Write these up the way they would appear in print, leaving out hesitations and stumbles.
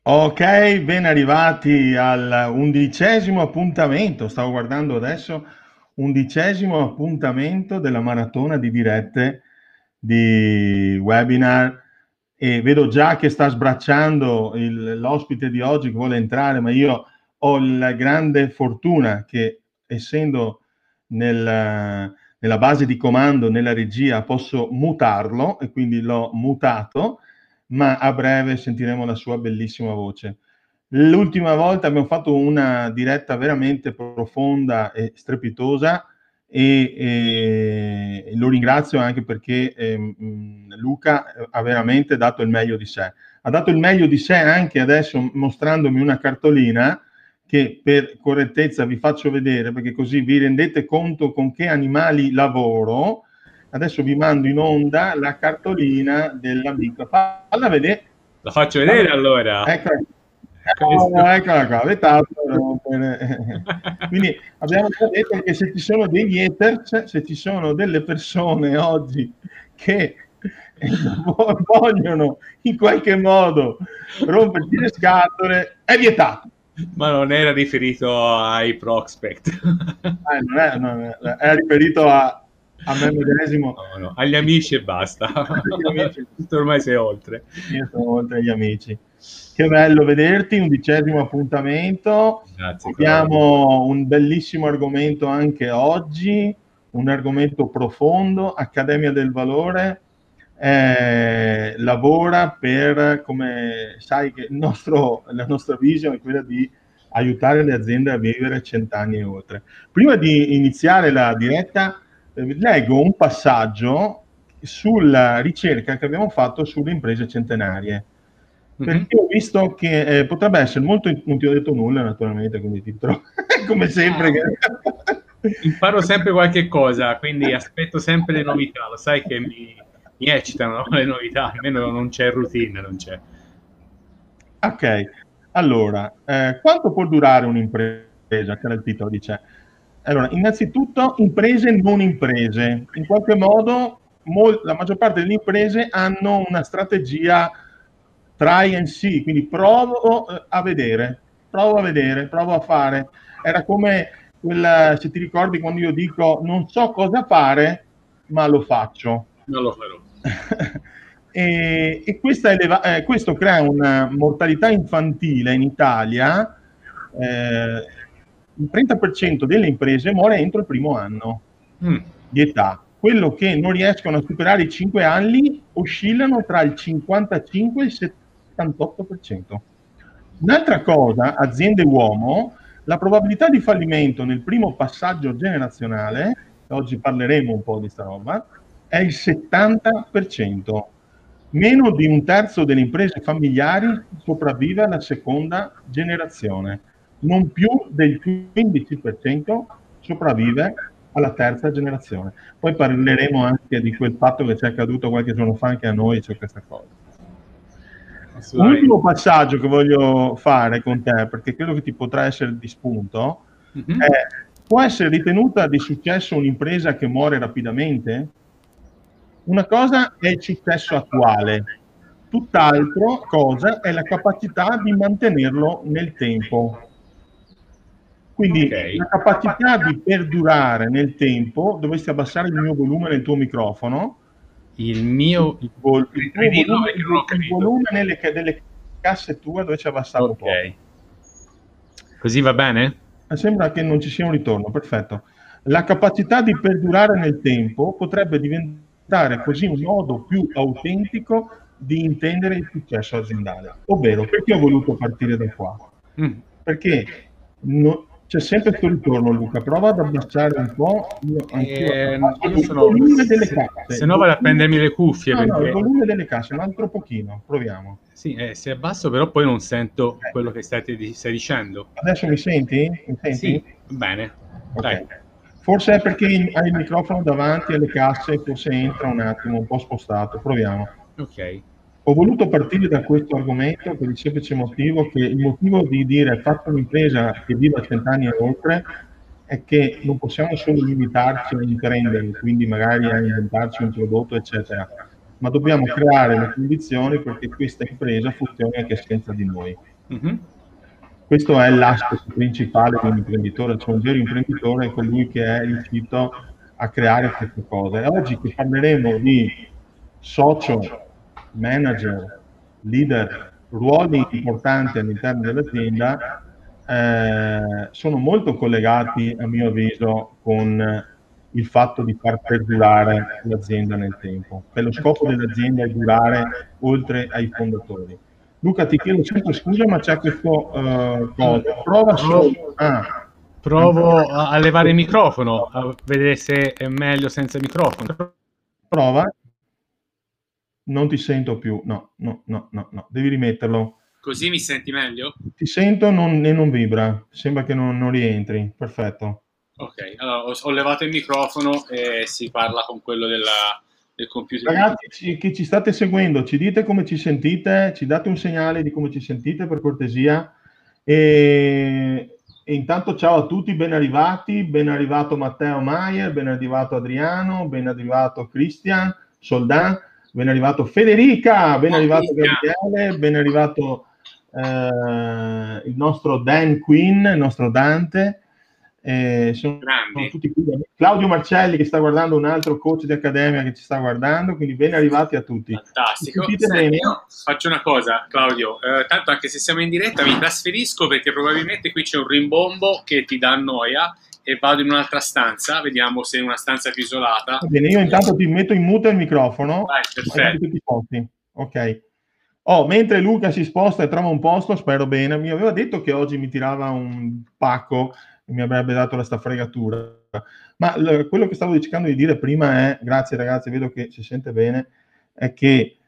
Ok, ben arrivati al 11° appuntamento, stavo guardando adesso, 11° appuntamento della maratona di dirette di webinar e vedo già che sta sbracciando l'ospite di oggi che vuole entrare, ma io ho la grande fortuna che essendo nella base di comando, nella regia, posso mutarlo e quindi l'ho mutato, ma a breve sentiremo la sua bellissima voce. L'ultima volta abbiamo fatto una diretta veramente profonda e strepitosa e lo ringrazio anche perché Luca ha veramente dato il meglio di sé. Ha dato il meglio di sé anche adesso mostrandomi una cartolina che per correttezza vi faccio vedere perché così vi rendete conto con che animali lavoro. Adesso vi mando in onda la cartolina dell'amico. Falla vedere. La faccio vedere Falla... allora. Eccola. Questo. Eccola qua, vetato. Quindi abbiamo già detto che se ci sono degli haters, se ci sono delle persone oggi che vogliono in qualche modo romperti le scatole, è vietato. Ma non era riferito ai prospect. È riferito a me medesimo. No, no, agli amici e basta. Agli amici. Questo ormai sei oltre. Io sono oltre agli amici. Che bello vederti, 11° appuntamento. Grazie, Claudio. Abbiamo un bellissimo argomento anche oggi, un argomento profondo, Accademia del Valore. Lavora per, come sai, che la nostra visione è quella di aiutare le aziende a vivere 100 anni e oltre. Prima di iniziare la diretta, leggo un passaggio sulla ricerca che abbiamo fatto sulle imprese centenarie. Mhm. Perché ho visto che potrebbe essere molto. Non ti ho detto nulla, naturalmente, quindi ti trovo come sempre. Imparo sempre qualche cosa, quindi aspetto sempre le novità. Lo sai che mi eccitano, no? Le novità, almeno non c'è routine, non c'è. Ok, allora, quanto può durare un'impresa? Che era il titolo, dice. Allora, innanzitutto, imprese non imprese. In qualche modo, la maggior parte delle imprese hanno una strategia try and see, quindi provo a vedere, provo a fare. Era come quella, se ti ricordi, quando io dico non so cosa fare, ma lo faccio. Non lo farò. E questo crea una mortalità infantile in Italia. Il 30% delle imprese muore entro il primo anno Mm. di età. Quello che non riescono a superare i 5 anni oscillano tra il 55 e il 78%. Un'altra cosa, aziende uomo, la probabilità di fallimento nel primo passaggio generazionale, oggi parleremo un po' di sta roba, è il 70%. Meno di un terzo delle imprese familiari sopravvive alla seconda generazione, non più del 15% sopravvive alla terza generazione. Poi parleremo anche di quel fatto che ci è accaduto qualche giorno fa anche a noi su questa cosa. Un Assolutamente. ultimo passaggio che voglio fare con te, perché credo che ti potrà essere di spunto, è: Mhm. può essere ritenuta di successo un'impresa che muore rapidamente? Una cosa è il successo attuale, tutt'altro cosa è la capacità di mantenerlo nel tempo. Ok. Quindi la capacità di perdurare nel tempo, dovresti abbassare il mio volume nel tuo microfono, Il mio... il tuo Ridillo volume, perché non ho il capito. volume delle casse tue dovresti abbassarlo un Ok. po'. Così va bene? Sembra che non ci sia un ritorno, perfetto. La capacità di perdurare nel tempo potrebbe diventare così un modo più autentico di intendere il successo aziendale. Ovvero, perché ho voluto partire da qua? Mm. Perché c'è sempre questo ritorno, Luca. Prova ad abbassare un po', io anch'io abbasso Io il sono... volume delle casse. Se no vado a prendermi le cuffie No, il perché... volume delle casse, un altro pochino, proviamo. Sì, se abbasso però poi non sento Ok. quello che stai dicendo. Adesso mi senti? Mi senti? Sì, va bene. Dai. Ok. Forse è perché hai il microfono davanti alle casse, forse entra un attimo, un po' spostato. Proviamo. Ok. Ho voluto partire da questo argomento per il semplice motivo che il motivo di dire faccio un'impresa che viva 100 anni e oltre è che non possiamo solo limitarci a imprendere, quindi magari a inventarci un prodotto, eccetera, ma dobbiamo creare le condizioni perché questa impresa funzioni anche senza di noi. Mhm. Questo è l'asset principale di un imprenditore, cioè un vero imprenditore è colui che è riuscito a creare queste cose. E oggi che parleremo di socio, manager, leader, ruoli importanti all'interno dell'azienda, sono molto collegati, a mio avviso, con il fatto di far perdurare l'azienda nel tempo. Che lo scopo dell'azienda è durare oltre ai fondatori. Luca, ti chiedo sempre scusa, ma c'è questo cosa. Prova Provo, solo. Ah, provo ancora. a levare il microfono, a vedere se è meglio senza microfono. Prova. Non ti sento più. No, no, no, no, no. Devi rimetterlo. Così mi senti meglio? Ti sento e non vibra. Sembra che non rientri. Perfetto. Ok, allora ho levato il microfono e si parla con quello del computer. Ragazzi che ci state seguendo, ci dite come ci sentite, ci date un segnale di come ci sentite per cortesia. E intanto ciao a tutti, ben arrivato Matteo Maier, ben arrivato Adriano, ben arrivato Christian Soldan, ben arrivato Federica, ben arrivato Gabriele, ben arrivato il nostro Dan Quinn, il nostro Dante. Sono tutti qui. Claudio Marcelli che sta guardando, un altro coach di accademia che ci sta guardando, quindi ben arrivati a tutti. Fantastico. Sentite bene? Io faccio una cosa, Claudio, tanto anche se siamo in diretta mi trasferisco perché probabilmente qui c'è un rimbombo che ti dà noia e vado in un'altra stanza, vediamo se è una stanza più isolata. Va bene, io intanto ti metto in mute il microfono. Vai, perfetto. Tutti posti. Ok. Mentre Luca si sposta e trova un posto, spero bene, mi aveva detto che oggi mi tirava un pacco e mi avrebbe dato la sta fregatura. Ma quello che stavo cercando di dire prima è, grazie ragazzi, vedo che si sente bene, è che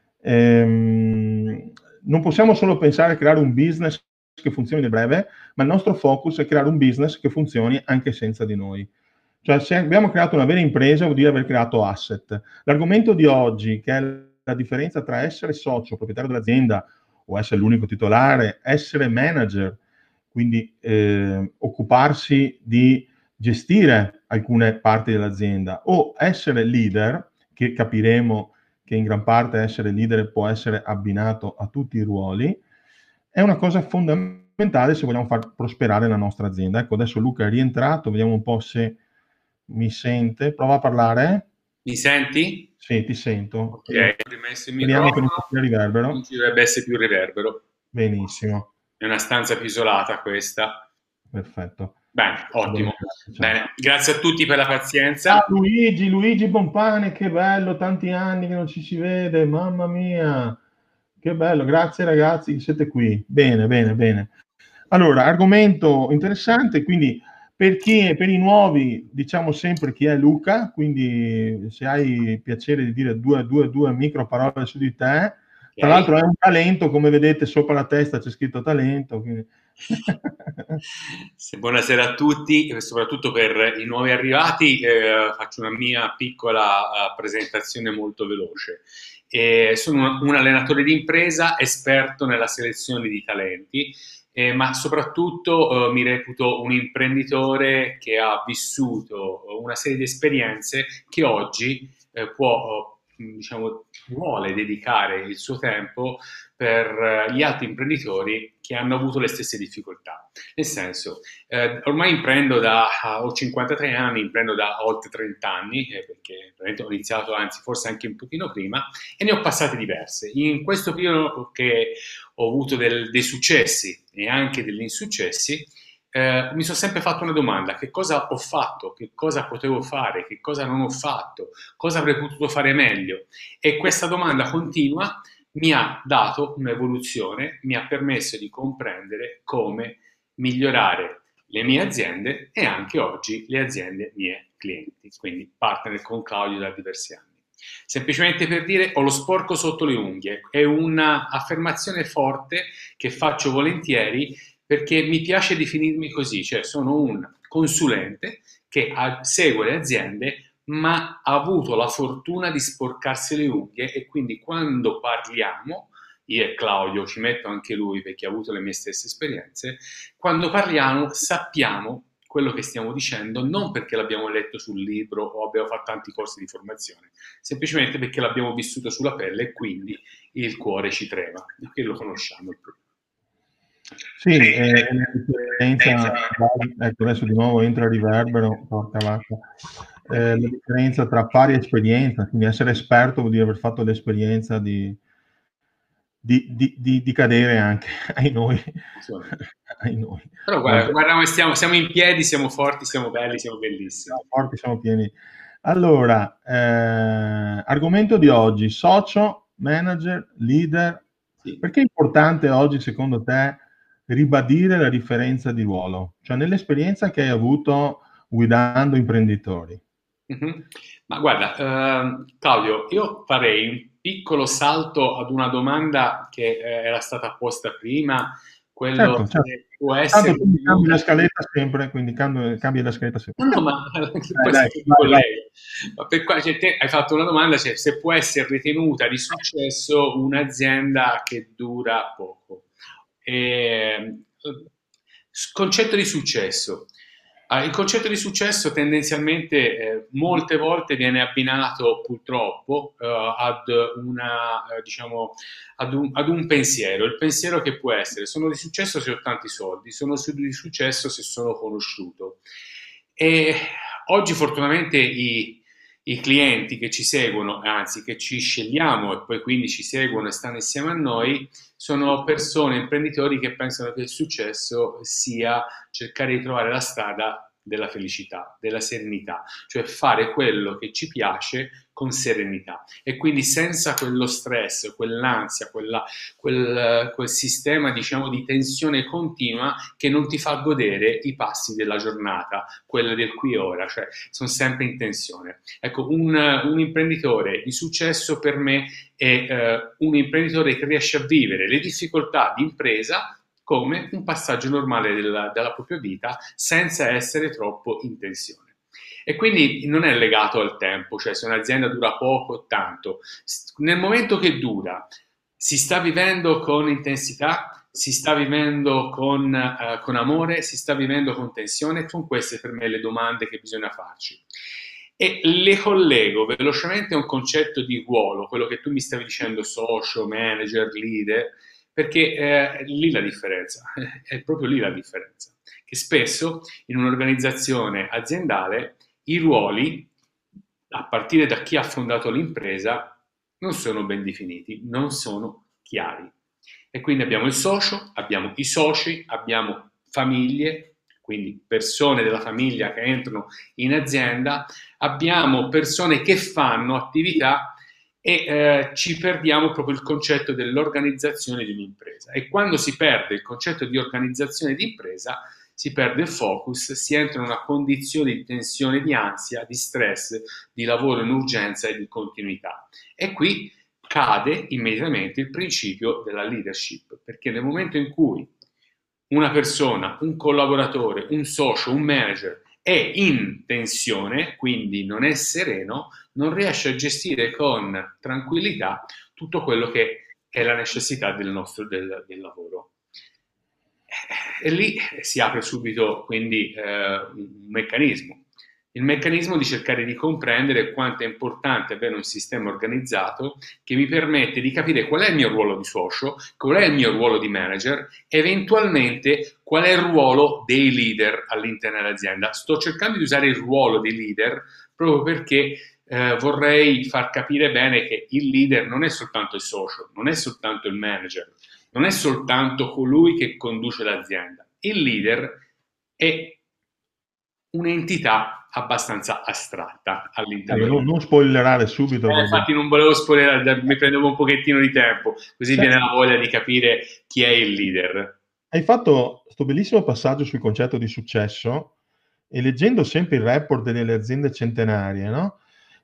non possiamo solo pensare a creare un business che funzioni nel breve, ma il nostro focus è creare un business che funzioni anche senza di noi. Cioè, se abbiamo creato una vera impresa, vuol dire aver creato asset. L'argomento di oggi, che è la differenza tra essere socio, proprietario dell'azienda, o essere l'unico titolare, essere manager, quindi occuparsi di gestire alcune parti dell'azienda, o essere leader, che capiremo che in gran parte essere leader può essere abbinato a tutti i ruoli, è una cosa fondamentale se vogliamo far prosperare la nostra azienda. Ecco, adesso Luca è rientrato, vediamo un po' se mi sente. Prova a parlare. Mi senti? Sì, ti sento. Ok, ho rimesso il Speriamo che non microfono, ci sia riverbero. non ci dovrebbe essere più riverbero. Benissimo, È una stanza più isolata questa. perfetto. Bene, ottimo. Ciao. Bene, grazie a tutti per la pazienza. Luigi Bompane, che bello, tanti anni che non ci si vede, mamma mia, che bello, grazie ragazzi che siete qui. Bene, bene, bene. Allora, argomento interessante, quindi per i nuovi diciamo sempre chi è Luca, quindi se hai piacere di dire due micro parole su di te. Tra l'altro è un talento, come vedete sopra la testa c'è scritto talento. Quindi... Buonasera a tutti, e soprattutto per i nuovi arrivati faccio una mia piccola presentazione molto veloce. Sono un allenatore di impresa, esperto nella selezione di talenti, ma soprattutto mi reputo un imprenditore che ha vissuto una serie di esperienze che oggi vuole dedicare il suo tempo per gli altri imprenditori che hanno avuto le stesse difficoltà. Nel senso, ormai ho 53 anni, imprendo da oltre 30 anni, perché ho iniziato, anzi forse anche un pochino prima, e ne ho passate diverse. In questo periodo che ho avuto dei successi e anche degli insuccessi, mi sono sempre fatto una domanda: che cosa ho fatto, che cosa potevo fare, che cosa non ho fatto, cosa avrei potuto fare meglio, e questa domanda continua mi ha dato un'evoluzione, mi ha permesso di comprendere come migliorare le mie aziende e anche oggi le aziende mie clienti, quindi partner con Claudio da diversi anni. Semplicemente per dire, ho lo sporco sotto le unghie, è un'affermazione forte che faccio volentieri perché mi piace definirmi così, cioè sono un consulente che segue le aziende ma ha avuto la fortuna di sporcarsi le unghie, e quindi quando parliamo, io e Claudio, ci metto anche lui perché ha avuto le mie stesse esperienze, quando parliamo sappiamo quello che stiamo dicendo, non perché l'abbiamo letto sul libro o abbiamo fatto tanti corsi di formazione, semplicemente perché l'abbiamo vissuto sulla pelle e quindi il cuore ci trema, perché lo conosciamo il problema. Sì, la differenza, ecco adesso di nuovo entra il riverbero, porca vacca. La differenza tra pari esperienza, quindi essere esperto vuol dire aver fatto l'esperienza di cadere anche ai noi, Assolutamente. ai noi. Però Molte- guarda come siamo in piedi, siamo forti, siamo belli, siamo bellissimi. siamo forti, siamo pieni. Allora, argomento di oggi, socio, manager, leader. Sì. Perché è importante oggi, secondo te, ribadire la differenza di ruolo? Cioè, nell'esperienza che hai avuto guidando imprenditori. Mhm. Ma guarda, Claudio, io farei un piccolo salto ad una domanda che era stata posta prima, quello Certo, certo. se può Tanto essere tu mi cambi la ritenuta. scaletta sempre, quindi cambi la scaletta sempre. No, no, ma Dai, poi dai, si vai, vai. collega. Ma cioè, te hai fatto una domanda, cioè, se può essere ritenuta di successo un'azienda che dura poco. Concetto di successo. Il concetto di successo tendenzialmente molte volte viene abbinato purtroppo diciamo, ad un pensiero. Il pensiero che può essere: sono di successo se ho tanti soldi, sono di successo se sono conosciuto. E oggi fortunatamente i clienti che ci seguono, anzi che ci scegliamo e poi quindi ci seguono e stanno insieme a noi, sono persone, imprenditori che pensano che il successo sia cercare di trovare la strada della felicità, della serenità, cioè fare quello che ci piace con serenità e quindi senza quello stress, quell'ansia, quel sistema diciamo di tensione continua che non ti fa godere i passi della giornata, quella del qui e ora, cioè sono sempre in tensione. Ecco, un imprenditore di successo per me è un imprenditore che riesce a vivere le difficoltà di impresa come un passaggio normale della propria vita senza essere troppo in tensione. E quindi non è legato al tempo, cioè se un'azienda dura poco o tanto, nel momento che dura, si sta vivendo con intensità, si sta vivendo con amore, si sta vivendo con tensione, sono queste per me le domande che bisogna farci. E le collego velocemente a un concetto di ruolo, quello che tu mi stavi dicendo, socio, manager, leader, perché lì la differenza, è proprio lì la differenza, che spesso in un'organizzazione aziendale i ruoli, a partire da chi ha fondato l'impresa, non sono ben definiti, non sono chiari. E quindi abbiamo il socio, abbiamo i soci, abbiamo famiglie, quindi persone della famiglia che entrano in azienda, abbiamo persone che fanno attività e ci perdiamo proprio il concetto dell'organizzazione di un'impresa. E quando si perde il concetto di organizzazione di impresa, si perde il focus, si entra in una condizione di tensione, di ansia, di stress, di lavoro in urgenza e di continuità. E qui cade immediatamente il principio della leadership, perché nel momento in cui una persona, un collaboratore, un socio, un manager è in tensione, quindi non è sereno, non riesce a gestire con tranquillità tutto quello che è la necessità del lavoro. E lì si apre subito quindi un meccanismo. Il meccanismo di cercare di comprendere quanto è importante avere un sistema organizzato che mi permette di capire qual è il mio ruolo di socio, qual è il mio ruolo di manager, eventualmente qual è il ruolo dei leader all'interno dell'azienda. Sto cercando di usare il ruolo dei leader proprio perché vorrei far capire bene che il leader non è soltanto il socio, non è soltanto il manager, non è soltanto colui che conduce l'azienda. Il leader è un'entità abbastanza astratta all'interno Allora, del... non spoilerare subito perché... Infatti non volevo spoilerare, mi prendevo un pochettino di tempo, così viene Senti, la voglia di capire chi è il leader. hai fatto questo bellissimo passaggio sul concetto di successo e leggendo sempre il report delle aziende centenarie, no?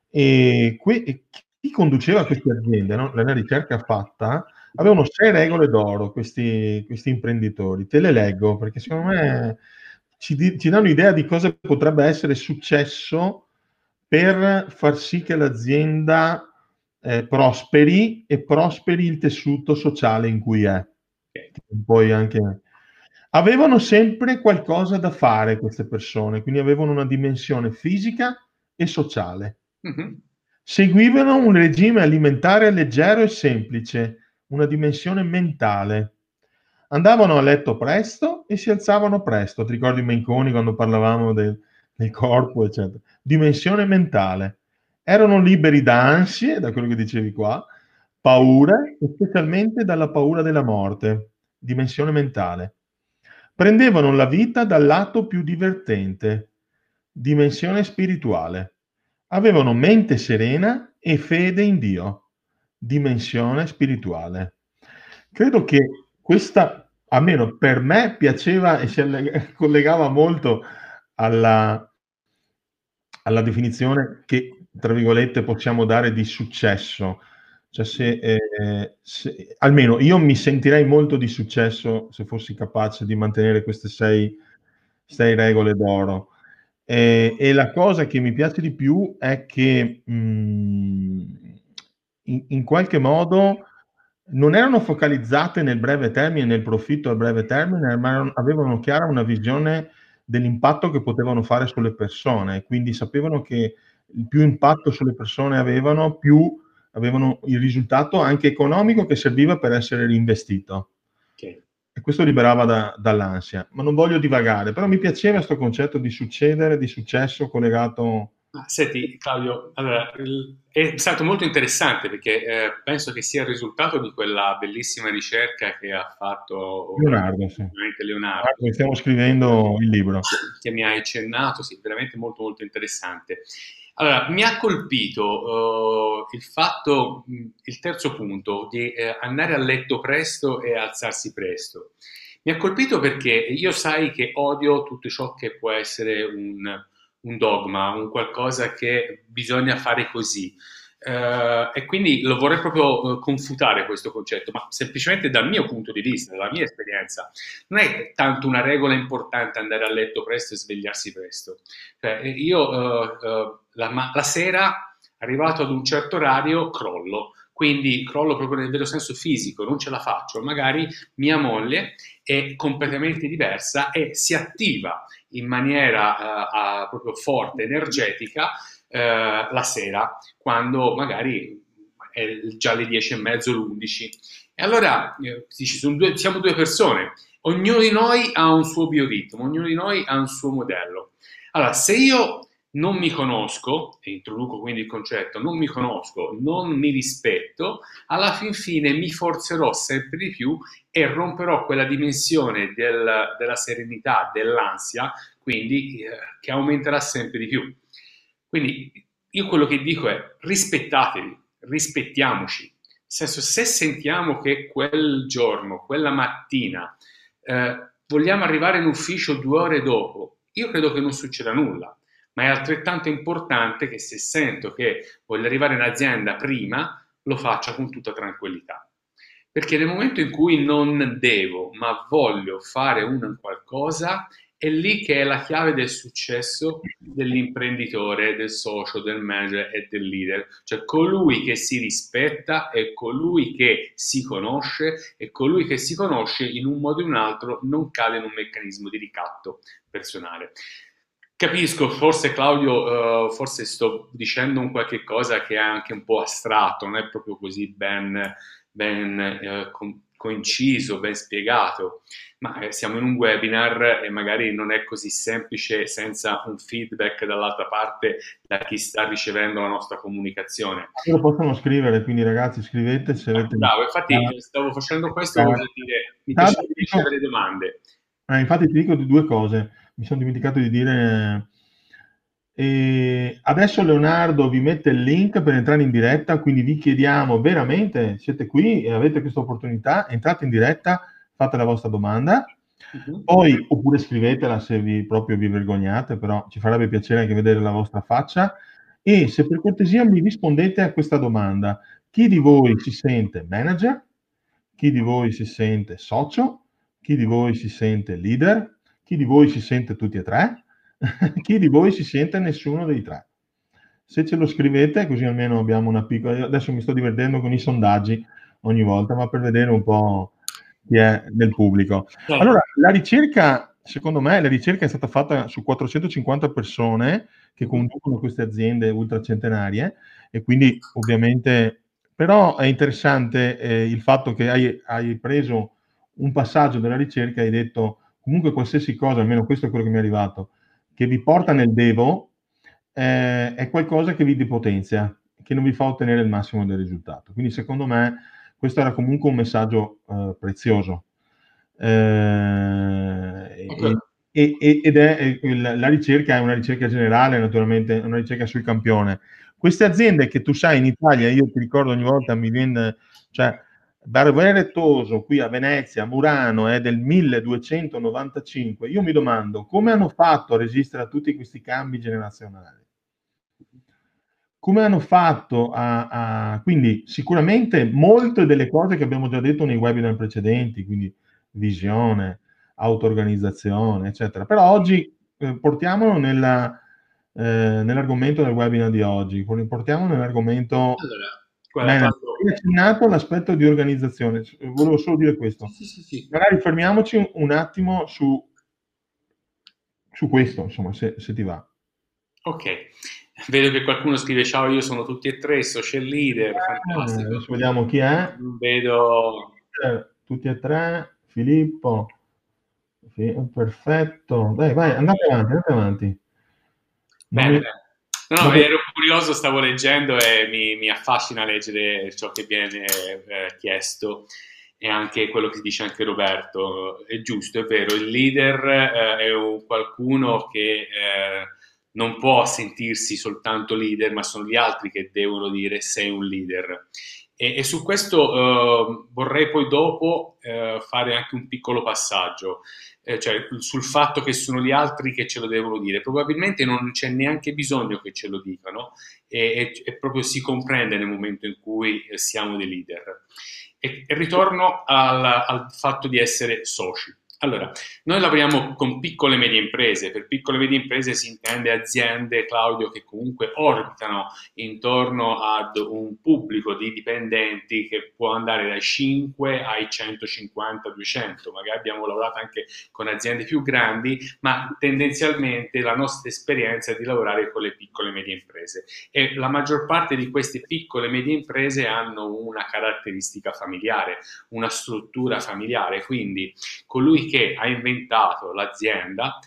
E chi conduceva queste aziende, no? La ricerca fatta, avevano 6 regole d'oro questi imprenditori. Te le leggo perché secondo me ci danno idea di cosa potrebbe essere successo per far sì che l'azienda prosperi e prosperi il tessuto sociale in cui è. Poi anche... Avevano sempre qualcosa da fare queste persone, quindi avevano una dimensione fisica e sociale. Mhm. Seguivano un regime alimentare leggero e semplice, una dimensione mentale. andavano a letto presto e si alzavano presto. Ti ricordi Menconi quando parlavamo del corpo, eccetera. Dimensione mentale. Erano liberi da ansie, da quello che dicevi qua, paure, e specialmente dalla paura della morte. Dimensione mentale. Prendevano la vita dal lato più divertente. Dimensione spirituale. Avevano mente serena e fede in Dio. Dimensione spirituale. Credo che questa, almeno per me, piaceva e collegava molto alla, alla definizione che, tra virgolette, possiamo dare di successo. Cioè almeno io mi sentirei molto di successo se fossi capace di mantenere queste sei regole d'oro. E la cosa che mi piace di più è che in qualche modo non erano focalizzate nel breve termine, nel profitto a breve termine, ma avevano chiara una visione dell'impatto che potevano fare sulle persone, quindi sapevano che più impatto sulle persone avevano, più avevano il risultato anche economico che serviva per essere reinvestito. Okay. E questo liberava dall'ansia. Ma non voglio divagare, però mi piaceva questo concetto di succedere, di successo collegato. Senti Claudio, allora, è stato molto interessante perché penso che sia il risultato di quella bellissima ricerca che ha fatto Leonardo, sì. Leonardo. Stiamo scrivendo il libro. Che mi hai accennato, sì, veramente molto molto interessante. Allora, mi ha colpito il fatto, il terzo punto, di andare a letto presto e alzarsi presto. Mi ha colpito perché io sai che odio tutto ciò che può essere un dogma, un qualcosa che bisogna fare così. E quindi lo vorrei proprio confutare questo concetto, ma semplicemente dal mio punto di vista, dalla mia esperienza, non è tanto una regola importante andare a letto presto e svegliarsi presto. Cioè, io la sera, arrivato ad un certo orario, quindi crollo proprio nel vero senso fisico, non ce la faccio. Magari mia moglie è completamente diversa e si attiva in maniera proprio forte, energetica, la sera, quando magari è già le 10:30, l'11. E allora siamo due persone, ognuno di noi ha un suo bioritmo, ognuno di noi ha un suo modello. Allora, se io non mi conosco, e introduco quindi il concetto, non mi conosco, non mi rispetto, alla fin fine mi forzerò sempre di più e romperò quella dimensione della serenità, dell'ansia, quindi che aumenterà sempre di più. Quindi io quello che dico è rispettatevi, rispettiamoci. Nel senso, se sentiamo che quel giorno, quella mattina, vogliamo arrivare in ufficio 2 ore dopo, io credo che non succeda nulla, ma è altrettanto importante che se sento che voglio arrivare in azienda prima, lo faccia con tutta tranquillità. Perché nel momento in cui non devo, ma voglio fare un qualcosa, è lì che è la chiave del successo dell'imprenditore, del socio, del manager e del leader. Cioè colui che si rispetta è colui che si conosce e colui che si conosce in un modo o in un altro non cade in un meccanismo di ricatto personale. Capisco, forse Claudio, forse sto dicendo un qualche cosa che è anche un po' astratto, non è proprio così ben coinciso, ben spiegato, ma siamo in un webinar e magari non è così semplice senza un feedback dall'altra parte da chi sta ricevendo la nostra comunicazione. Lo possono scrivere, quindi ragazzi scrivete se avete. Bravo, infatti stavo facendo questo, voglio dire, mi piacerebbe ricevere domande. Infatti ti dico 2 cose, mi sono dimenticato di dire. Adesso Leonardo vi mette il link per entrare in diretta, quindi vi chiediamo veramente, siete qui e avete questa opportunità, entrate in diretta, fate la vostra domanda, poi oppure scrivetela se proprio vi vergognate, però ci farebbe piacere anche vedere la vostra faccia, e se per cortesia mi rispondete a questa domanda: chi di voi si sente manager? Chi di voi si sente socio? Chi di voi si sente leader? Chi di voi si sente tutti e tre? Chi di voi si sente nessuno dei tre? Se ce lo scrivete, così almeno abbiamo una piccola. Adesso mi sto divertendo con i sondaggi ogni volta, ma per vedere un po' chi è nel pubblico. Allora, la ricerca, secondo me, la ricerca è stata fatta su 450 persone che conducono queste aziende ultracentenarie, e quindi ovviamente, però è interessante il fatto che hai preso un passaggio della ricerca hai detto comunque qualsiasi cosa, almeno questo è quello che mi è arrivato, che vi porta nel devo, è qualcosa che vi depotenzia, che non vi fa ottenere il massimo del risultato. Quindi secondo me questo era comunque un messaggio prezioso. Ok. Ed è la ricerca è una ricerca generale, naturalmente, una ricerca sul campione. Queste aziende che tu sai in Italia, io ti ricordo ogni volta mi viene, cioè Barbera Toso qui a Venezia, Murano è del 1295. Io mi domando come hanno fatto a resistere a tutti questi cambi generazionali? Come hanno fatto quindi sicuramente molte delle cose che abbiamo già detto nei webinar precedenti, quindi visione, auto-organizzazione, eccetera. Però oggi portiamolo nell'argomento del webinar di oggi, portiamolo nell'argomento. Allora, guarda, Bene, parlo... hai accennato l'aspetto di organizzazione, volevo solo dire Sì, questo. sì, sì, sì. Magari fermiamoci un attimo su questo, insomma, se ti va. Ok, vedo che qualcuno scrive ciao, io sono tutti e tre social leader, fantastico. Adesso vediamo chi è. Vedo... Tutti e tre, Filippo. Perfetto. Dai, vai, andate avanti, andate avanti. Non Bene, mi... bene. No, no, dopo- ero curioso, stavo leggendo e mi affascina leggere ciò che viene chiesto e anche quello che dice anche Roberto. È giusto, è vero, il leader è qualcuno che non può sentirsi soltanto leader, ma sono gli altri che devono dire sei un leader. E su questo vorrei poi dopo fare anche un piccolo passaggio, cioè sul fatto che sono gli altri che ce lo devono dire. Probabilmente non c'è neanche bisogno che ce lo dicano e proprio si comprende nel momento in cui siamo dei leader. E ritorno al fatto di essere soci. Allora, noi lavoriamo con piccole e medie imprese, per piccole e medie imprese si intende aziende, Claudio, che comunque orbitano intorno ad un pubblico di dipendenti che può andare dai 5 ai 150, 200, magari abbiamo lavorato anche con aziende più grandi, ma tendenzialmente la nostra esperienza è di lavorare con le piccole e medie imprese e la maggior parte di queste piccole e medie imprese hanno una caratteristica familiare, una struttura familiare, quindi colui che ha inventato l'azienda,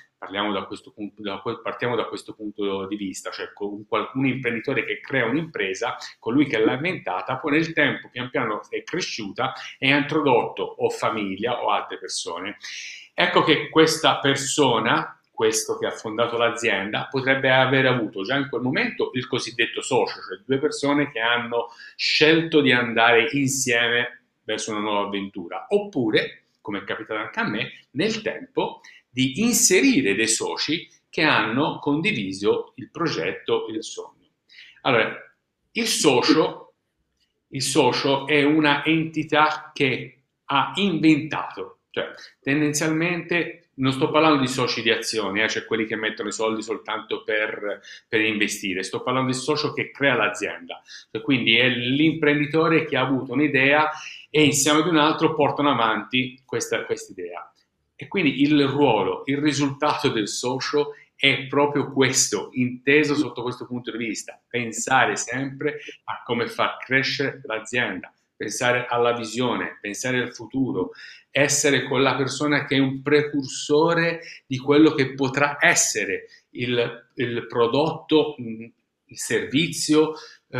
partiamo da questo punto di vista, cioè con qualcun imprenditore che crea un'impresa, colui che l'ha inventata, poi nel tempo pian piano è cresciuta e ha introdotto o famiglia o altre persone. Ecco che questa persona, questo che ha fondato l'azienda, potrebbe aver avuto già in quel momento il cosiddetto socio, cioè due persone che hanno scelto di andare insieme verso una nuova avventura, oppure, come è capitato anche a me, nel tempo di inserire dei soci che hanno condiviso il progetto, il sogno. Allora, il socio, il socio è una entità che ha inventato, cioè tendenzialmente non sto parlando di soci di azione, cioè quelli che mettono i soldi soltanto per investire, sto parlando di socio che crea l'azienda, cioè, quindi è l'imprenditore che ha avuto un'idea e insieme ad un altro portano avanti questa idea. E quindi il ruolo, il risultato del socio è proprio questo, inteso sotto questo punto di vista, pensare sempre a come far crescere l'azienda, pensare alla visione, pensare al futuro, essere quella persona che è un precursore di quello che potrà essere il prodotto, il servizio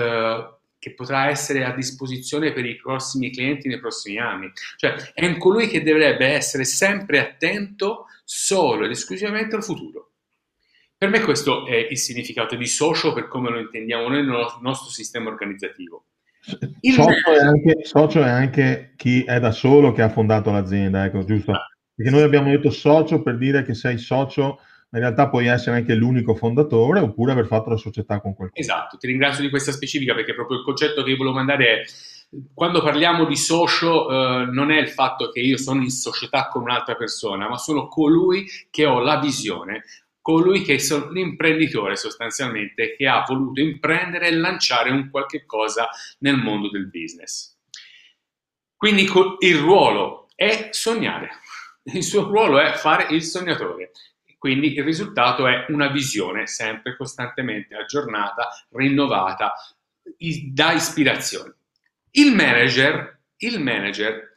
che potrà essere a disposizione per i prossimi clienti nei prossimi anni. Cioè è colui che dovrebbe essere sempre attento solo ed esclusivamente al futuro. Per me questo è il significato di socio per come lo intendiamo noi nel nostro sistema organizzativo. Il manager, Socio è anche chi è da solo che ha fondato l'azienda, ecco, giusto? Perché noi abbiamo detto socio per dire che sei socio, ma in realtà puoi essere anche l'unico fondatore oppure aver fatto la società con qualcuno. esatto, ti ringrazio di questa specifica perché proprio il concetto che io volevo mandare è quando parliamo di socio non è il fatto che io sono in società con un'altra persona, ma sono colui che ho la visione, colui che è l'imprenditore sostanzialmente che ha voluto imprendere e lanciare un qualche cosa nel mondo del business. Quindi il ruolo è sognare, il suo ruolo è fare il sognatore. Quindi il risultato è una visione sempre costantemente aggiornata, rinnovata, da ispirazione. Il manager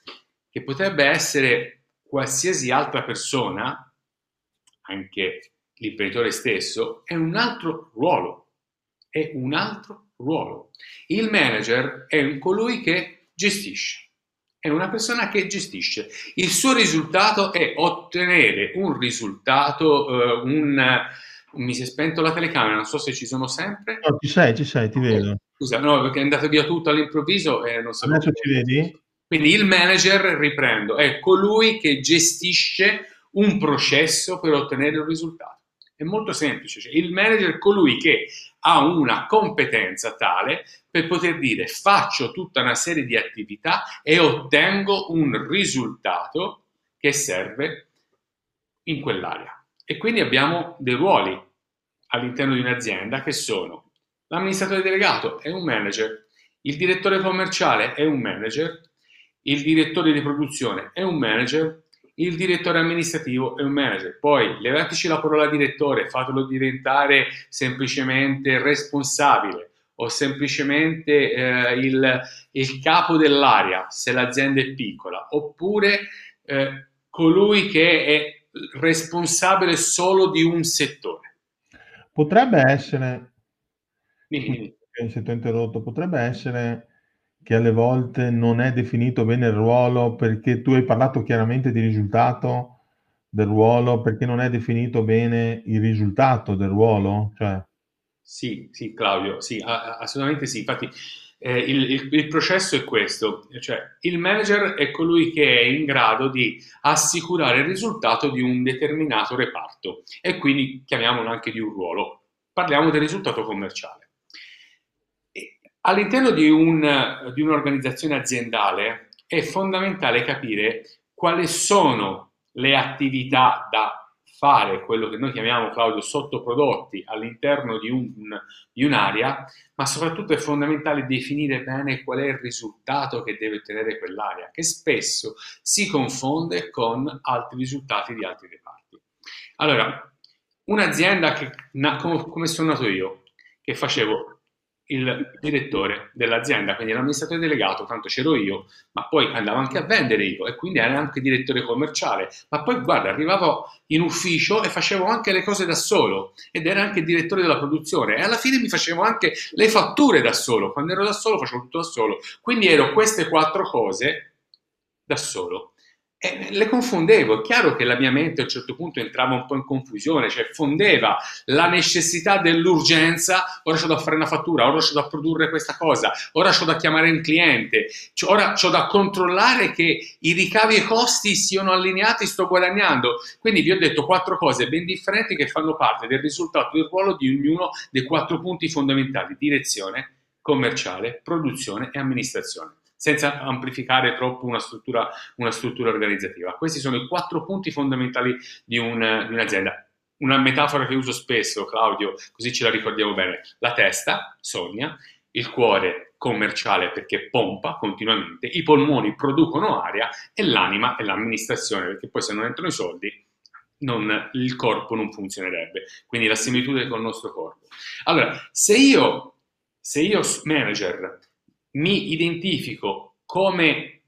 che potrebbe essere qualsiasi altra persona, anche l'imprenditore stesso, è un altro ruolo. È un altro ruolo. Il manager è colui che gestisce, è una persona che gestisce. Il suo risultato è ottenere un risultato, mi si è spento la telecamera, non so se ci sono sempre. No, ci sei, ti Ok. vedo. Scusa, no, perché è andato via tutto all'improvviso e non sapevo. Adesso ci vedi? Quindi il manager, riprendo, è colui che gestisce un processo per ottenere un risultato. È molto semplice, cioè il manager è colui che ha una competenza tale per poter dire faccio tutta una serie di attività e ottengo un risultato che serve in quell'area. E quindi abbiamo dei ruoli all'interno di un'azienda che sono l'amministratore delegato è un manager, il direttore commerciale è un manager, il direttore di produzione è un manager, il direttore amministrativo è un manager. Poi levateci la parola direttore, fatelo diventare semplicemente responsabile o semplicemente il capo dell'area se l'azienda è piccola, oppure colui che è responsabile solo di un settore. Potrebbe essere, scusa Quindi, se ti ho interrotto, potrebbe essere che alle volte non è definito bene il ruolo perché tu hai parlato chiaramente di risultato del ruolo, perché non è definito bene il risultato del ruolo? Cioè, sì, sì, Claudio, sì, assolutamente sì. Infatti, il processo è questo, cioè il manager è colui che è in grado di assicurare il risultato di un determinato reparto e quindi chiamiamolo anche di un ruolo. Parliamo del risultato commerciale. E all'interno di un'organizzazione aziendale è fondamentale capire quali sono le attività da fare, quello che noi chiamiamo, Claudio, sottoprodotti all'interno di un'area, ma soprattutto è fondamentale definire bene qual è il risultato che deve ottenere quell'area, che spesso si confonde con altri risultati di altri reparti. Allora, un'azienda come sono nato io, che facevo il direttore dell'azienda, quindi l'amministratore delegato, tanto c'ero io, ma poi andavo anche a vendere io e quindi ero anche direttore commerciale, ma poi guarda, arrivavo in ufficio e facevo anche le cose da solo ed ero anche direttore della produzione e alla fine mi facevo anche le fatture da solo, quando ero da solo facevo tutto da solo, quindi ero queste 4 cose da solo. E le confondevo, è chiaro che la mia mente a un certo punto entrava un po' in confusione, cioè fondeva la necessità dell'urgenza, ora c'ho da fare una fattura, ora c'ho da produrre questa cosa, ora c'ho da chiamare un cliente, ora c'ho da controllare che i ricavi e i costi siano allineati, sto guadagnando. Quindi vi ho detto 4 cose ben differenti che fanno parte del risultato del ruolo di ognuno dei 4 punti fondamentali: direzione, commerciale, produzione e amministrazione, senza amplificare troppo una struttura organizzativa. Questi sono i 4 punti fondamentali di un'azienda. Una metafora che uso spesso, Claudio, così ce la ricordiamo bene: la testa sogna, il cuore commerciale perché pompa continuamente, i polmoni producono aria e l'anima è l'amministrazione, perché poi se non entrano i soldi il corpo non funzionerebbe. Quindi la similitudine con il nostro corpo. Allora, se io manager mi identifico come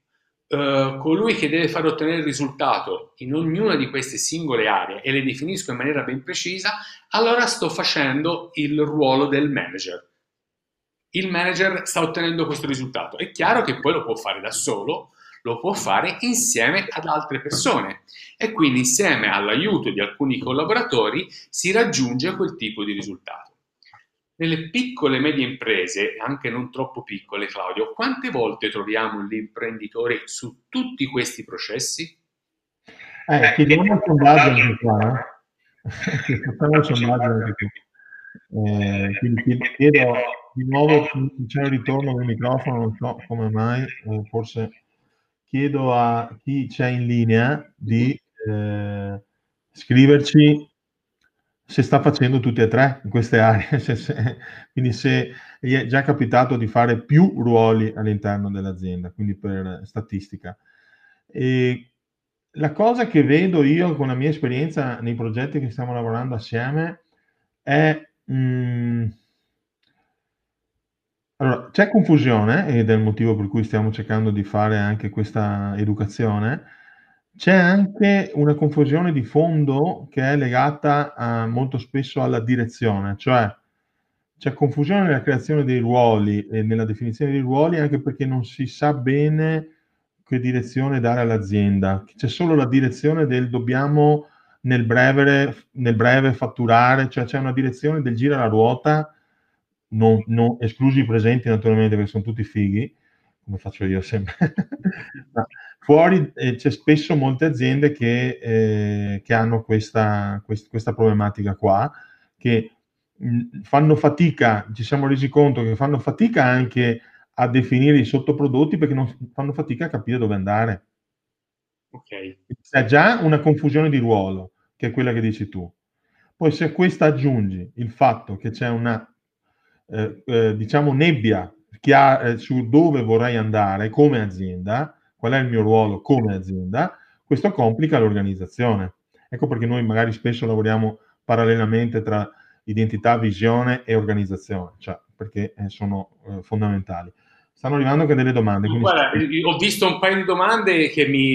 colui che deve far ottenere il risultato in ognuna di queste singole aree e le definisco in maniera ben precisa, allora sto facendo il ruolo del manager. Il manager sta ottenendo questo risultato. È chiaro che poi lo può fare da solo, lo può fare insieme ad altre persone e quindi insieme all'aiuto di alcuni collaboratori si raggiunge quel tipo di risultato. Nelle piccole e medie imprese, anche non troppo piccole, Claudio, quante volte troviamo l'imprenditore su tutti questi processi? chiediamo il sondaggio anche qua. Facciamo il sondaggio anche qui. Quindi chiedo di nuovo, c'è un ritorno del microfono, non so come mai, forse chiedo a chi c'è in linea di scriverci se sta facendo tutte e tre in queste aree, quindi se gli è già capitato di fare più ruoli all'interno dell'azienda, quindi per statistica. E la cosa che vedo io con la mia esperienza nei progetti che stiamo lavorando assieme è Allora, c'è confusione ed è il motivo per cui stiamo cercando di fare anche questa educazione. C'è anche una confusione di fondo che è legata molto spesso alla direzione, cioè c'è confusione nella creazione dei ruoli e nella definizione dei ruoli anche perché non si sa bene che direzione dare all'azienda. C'è solo la direzione del dobbiamo nel breve fatturare, cioè c'è una direzione del gira la ruota, esclusi i presenti naturalmente perché sono tutti fighi, come faccio io sempre. Ma fuori c'è spesso molte aziende che hanno questa problematica qua, che fanno fatica, ci siamo resi conto che fanno fatica anche a definire i sottoprodotti perché non fanno fatica a capire dove andare. Ok, C'è già una confusione di ruolo, che è quella che dici tu. Poi se a questa aggiungi il fatto che c'è una, diciamo, nebbia su dove vorrei andare come azienda, qual è il mio ruolo come azienda, questo complica l'organizzazione. Ecco perché noi magari spesso lavoriamo parallelamente tra identità, visione e organizzazione, cioè perché sono fondamentali. Stanno arrivando anche delle domande, no, quindi guarda, ho visto un paio di domande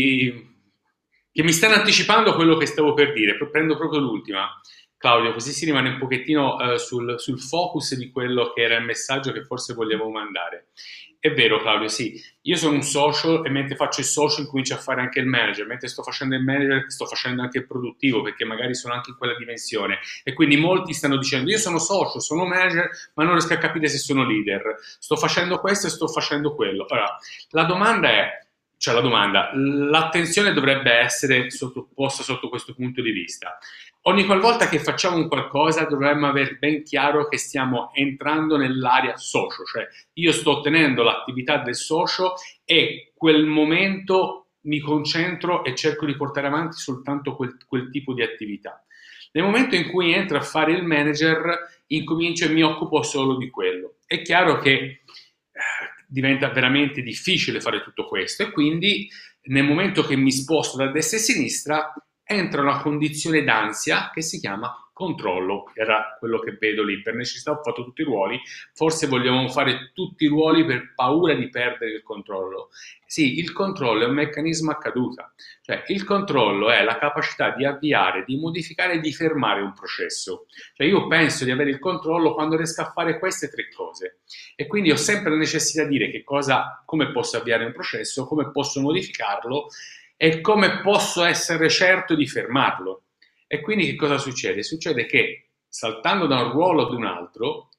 che mi stanno anticipando quello che stavo per dire. Prendo proprio l'ultima, Claudio, così si rimane un pochettino sul focus di quello che era il messaggio che forse volevo mandare. È vero, Claudio, sì, io sono un socio e mentre faccio il socio incomincio a fare anche il manager, mentre sto facendo il manager sto facendo anche il produttivo, perché magari sono anche in quella dimensione. E quindi molti stanno dicendo, io sono socio, sono manager, ma non riesco a capire se sono leader. Sto facendo questo e sto facendo quello. Allora, la domanda è, cioè la domanda, l'attenzione dovrebbe essere sottoposta sotto questo punto di vista. Ogni qualvolta che facciamo un qualcosa dovremmo avere ben chiaro che stiamo entrando nell'area socio, cioè io sto ottenendo l'attività del socio e quel momento mi concentro e cerco di portare avanti soltanto quel tipo di attività. Nel momento in cui entro a fare il manager, incomincio e mi occupo solo di quello. È chiaro che diventa veramente difficile fare tutto questo e quindi nel momento che mi sposto da destra e a sinistra entra una condizione d'ansia che si chiama controllo, era quello che vedo lì, per necessità ho fatto tutti i ruoli, forse vogliamo fare tutti i ruoli per paura di perdere il controllo. Sì, il controllo è un meccanismo a caduta, cioè il controllo è la capacità di avviare, di modificare e di fermare un processo. Cioè io penso di avere il controllo quando riesco a fare queste tre cose e quindi ho sempre la necessità di dire come posso avviare un processo, come posso modificarlo e come posso essere certo di fermarlo. E quindi che cosa succede? Succede che saltando da un ruolo ad un altro,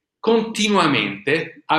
continuamente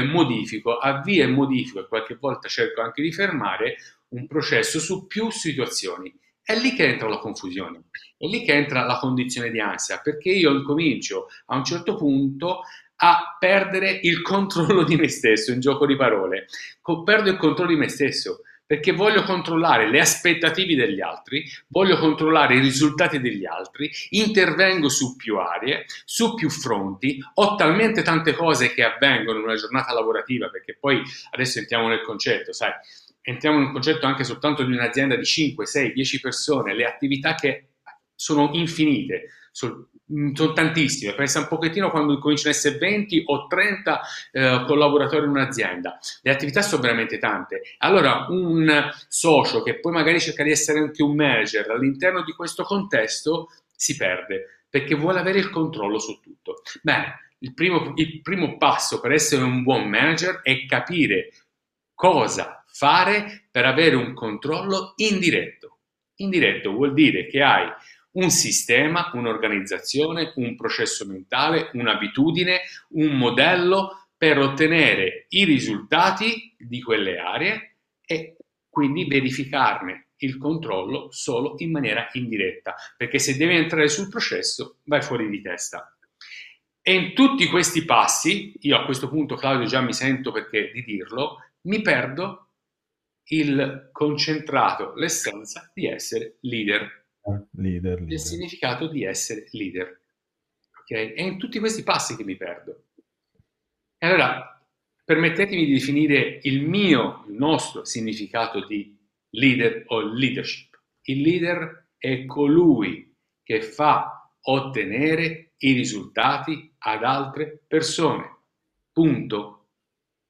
avvio e modifico e qualche volta cerco anche di fermare un processo su più situazioni. È lì che entra la confusione, è lì che entra la condizione di ansia, perché io incomincio a un certo punto a perdere il controllo di me stesso, in gioco di parole. Perdo il controllo di me stesso perché voglio controllare le aspettative degli altri, voglio controllare i risultati degli altri, intervengo su più aree, su più fronti, ho talmente tante cose che avvengono in una giornata lavorativa, perché poi adesso entriamo nel concetto, sai, entriamo nel concetto anche soltanto di un'azienda di 5, 6, 10 persone, le attività che sono infinite, sono tantissime, pensa un pochettino quando cominciano ad essere 20 o 30 collaboratori in un'azienda, le attività sono veramente tante. Allora un socio che poi magari cerca di essere anche un manager all'interno di questo contesto si perde perché vuole avere il controllo su tutto. Bene, il primo passo per essere un buon manager è capire cosa fare per avere un controllo indiretto. Indiretto vuol dire che hai un sistema, un'organizzazione, un processo mentale, un'abitudine, un modello per ottenere i risultati di quelle aree e quindi verificarne il controllo solo in maniera indiretta, perché se devi entrare sul processo vai fuori di testa. E in tutti questi passi, io a questo punto, Claudio, già mi sento perché di dirlo, mi perdo il concentrato, l'essenza di essere leader, Leader, del leader. significato di essere leader. Okay? È in tutti questi passi che mi perdo. E allora, permettetemi di definire il nostro significato di leader o leadership. Il leader è colui che fa ottenere i risultati ad altre persone. Punto.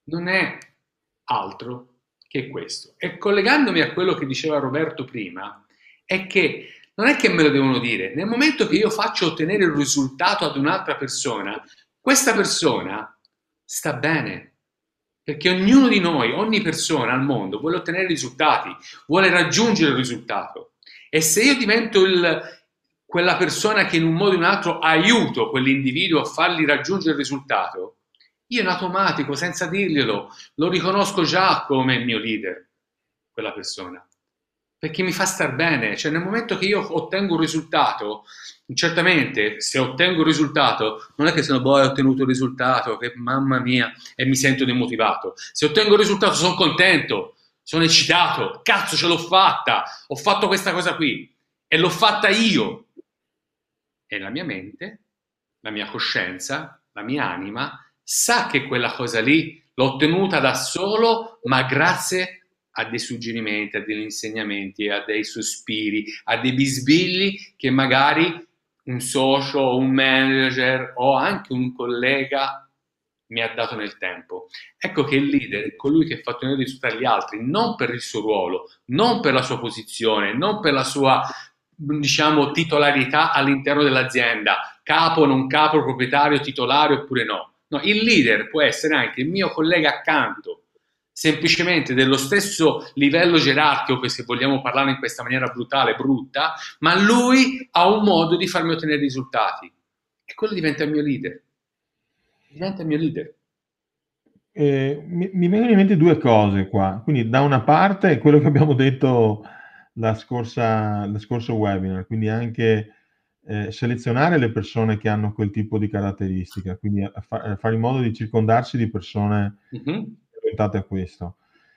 non è altro che questo. E collegandomi a quello che diceva Roberto prima, è che non è che me lo devono dire, nel momento che io faccio ottenere il risultato ad un'altra persona, questa persona sta bene. Perché ognuno di noi, ogni persona al mondo vuole ottenere risultati, vuole raggiungere il risultato. E se io divento quella persona che in un modo o in un altro aiuto quell'individuo a fargli raggiungere il risultato, io in automatico, senza dirglielo, lo riconosco già come il mio leader, quella persona. Perché mi fa star bene, cioè nel momento che io ottengo un risultato, certamente se ottengo un risultato, non è che sono ho ottenuto il risultato, che mamma mia, e mi sento demotivato. Se ottengo il risultato sono contento, sono eccitato, cazzo ce l'ho fatta, ho fatto questa cosa qui e l'ho fatta io. E la mia mente, la mia coscienza, la mia anima sa che quella cosa lì l'ho ottenuta da solo, ma grazie a dei suggerimenti, a degli insegnamenti, a dei sospiri, a dei bisbigli che magari un socio, un manager o anche un collega mi ha dato nel tempo. Ecco che il leader è colui che fa ottenere risultati agli altri, non per il suo ruolo, non per la sua posizione, non per la sua, diciamo, titolarità all'interno dell'azienda, capo, non capo, proprietario, titolare oppure no. No, il leader può essere anche il mio collega accanto, semplicemente dello stesso livello gerarchico, se vogliamo parlare in questa maniera brutale, brutta, ma lui ha un modo di farmi ottenere risultati e quello diventa il mio leader. Diventa il mio leader. Mi vengono in mente due cose qua. Quindi, da una parte, quello che abbiamo detto lo scorso webinar, quindi anche selezionare le persone che hanno quel tipo di caratteristica, quindi fare in modo di circondarsi di persone orientate a questo.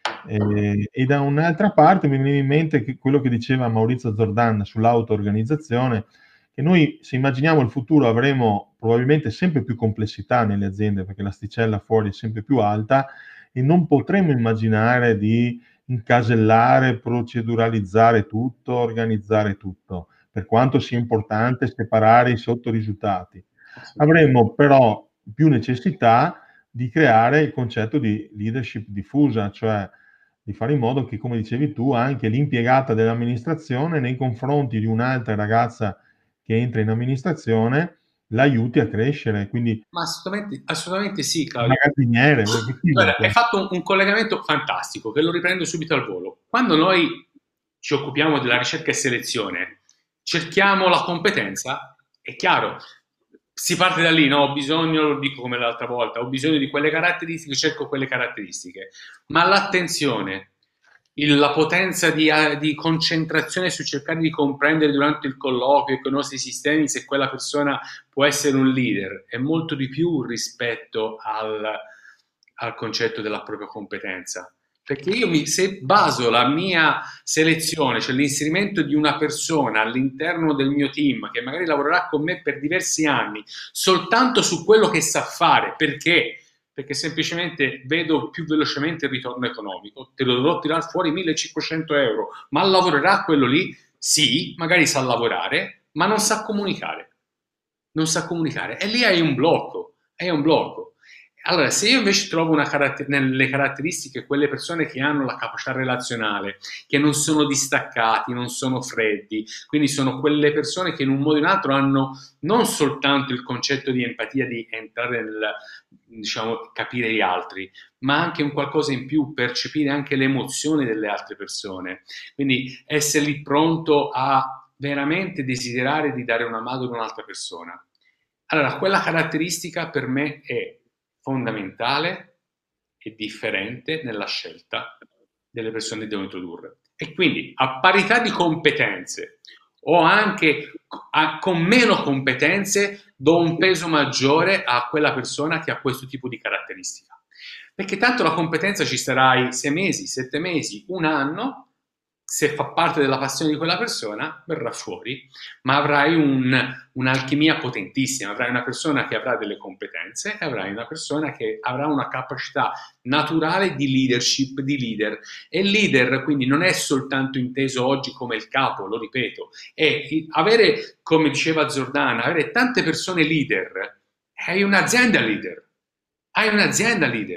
E da un'altra parte mi viene in mente quello che diceva Maurizio Zordan sull'auto-organizzazione, che noi, se immaginiamo il futuro, avremo probabilmente sempre più complessità nelle aziende, perché l'asticella fuori è sempre più alta, e non potremo immaginare di incasellare, proceduralizzare tutto, organizzare tutto, per quanto sia importante separare i sottorisultati. Avremo però più necessità di creare il concetto di leadership diffusa, cioè di fare in modo che, come dicevi tu, anche l'impiegata dell'amministrazione nei confronti di un'altra ragazza che entra in amministrazione l'aiuti a crescere, quindi Ma assolutamente, assolutamente sì, Claudio. magazziniere. Guarda, hai fatto un collegamento fantastico che lo riprendo subito al volo. Quando noi ci occupiamo della ricerca e selezione, cerchiamo la competenza, è chiaro, si parte da lì, no? Ho bisogno, lo dico come l'altra volta, ho bisogno di quelle caratteristiche, cerco quelle caratteristiche. Ma l'attenzione, la potenza di concentrazione su cercare di comprendere durante il colloquio con i nostri sistemi se quella persona può essere un leader è molto di più rispetto al concetto della propria competenza. Perché se baso la mia selezione, cioè l'inserimento di una persona all'interno del mio team che magari lavorerà con me per diversi anni, soltanto su quello che sa fare, perché semplicemente vedo più velocemente il ritorno economico, te lo dovrò tirare fuori 1.500 euro, ma lavorerà quello lì? Sì, magari sa lavorare, ma non sa comunicare. Non sa comunicare. E lì hai un blocco, Allora, se io invece trovo nelle caratteristiche quelle persone che hanno la capacità relazionale, che non sono distaccati, non sono freddi, quindi sono quelle persone che in un modo o in un altro hanno non soltanto il concetto di empatia, di entrare nel, diciamo, capire gli altri, ma anche un qualcosa in più, percepire anche le emozioni delle altre persone. Quindi essere lì pronto a veramente desiderare di dare una mano ad un'altra persona. Allora, quella caratteristica per me è fondamentale e differente nella scelta delle persone che devo introdurre. E quindi a parità di competenze o anche con meno competenze do un peso maggiore a quella persona che ha questo tipo di caratteristica. Perché tanto la competenza ci starai 6 mesi, 7 mesi, un anno, se fa parte della passione di quella persona, verrà fuori, ma avrai un'alchimia potentissima, avrai una persona che avrà delle competenze e avrai una persona che avrà una capacità naturale di leadership, di leader. E il leader quindi non è soltanto inteso oggi come il capo, lo ripeto, è avere, come diceva Zordana, avere tante persone leader, hai un'azienda leader,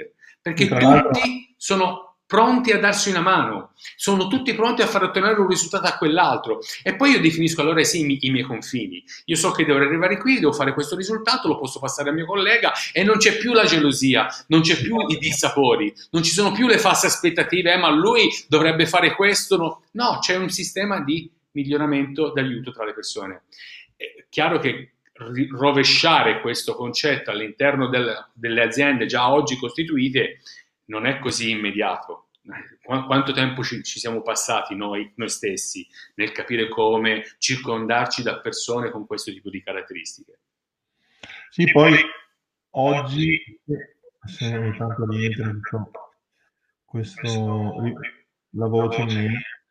perché Tra l'altro, tutti sono pronti a darsi una mano, sono tutti pronti a far ottenere un risultato a quell'altro e poi io definisco allora sì i miei confini. Io so che devo arrivare qui, devo fare questo risultato, lo posso passare al mio collega e non c'è più la gelosia, non c'è più i dissapori, non ci sono più le false aspettative, ma lui dovrebbe fare questo. No, no, c'è un sistema di miglioramento d'aiuto tra le persone. È chiaro che rovesciare questo concetto all'interno delle aziende già oggi costituite non è così immediato. Quanto tempo ci siamo passati noi stessi nel capire come circondarci da persone con questo tipo di caratteristiche? sì, poi oggi, se ogni tanto rientra la voce mia,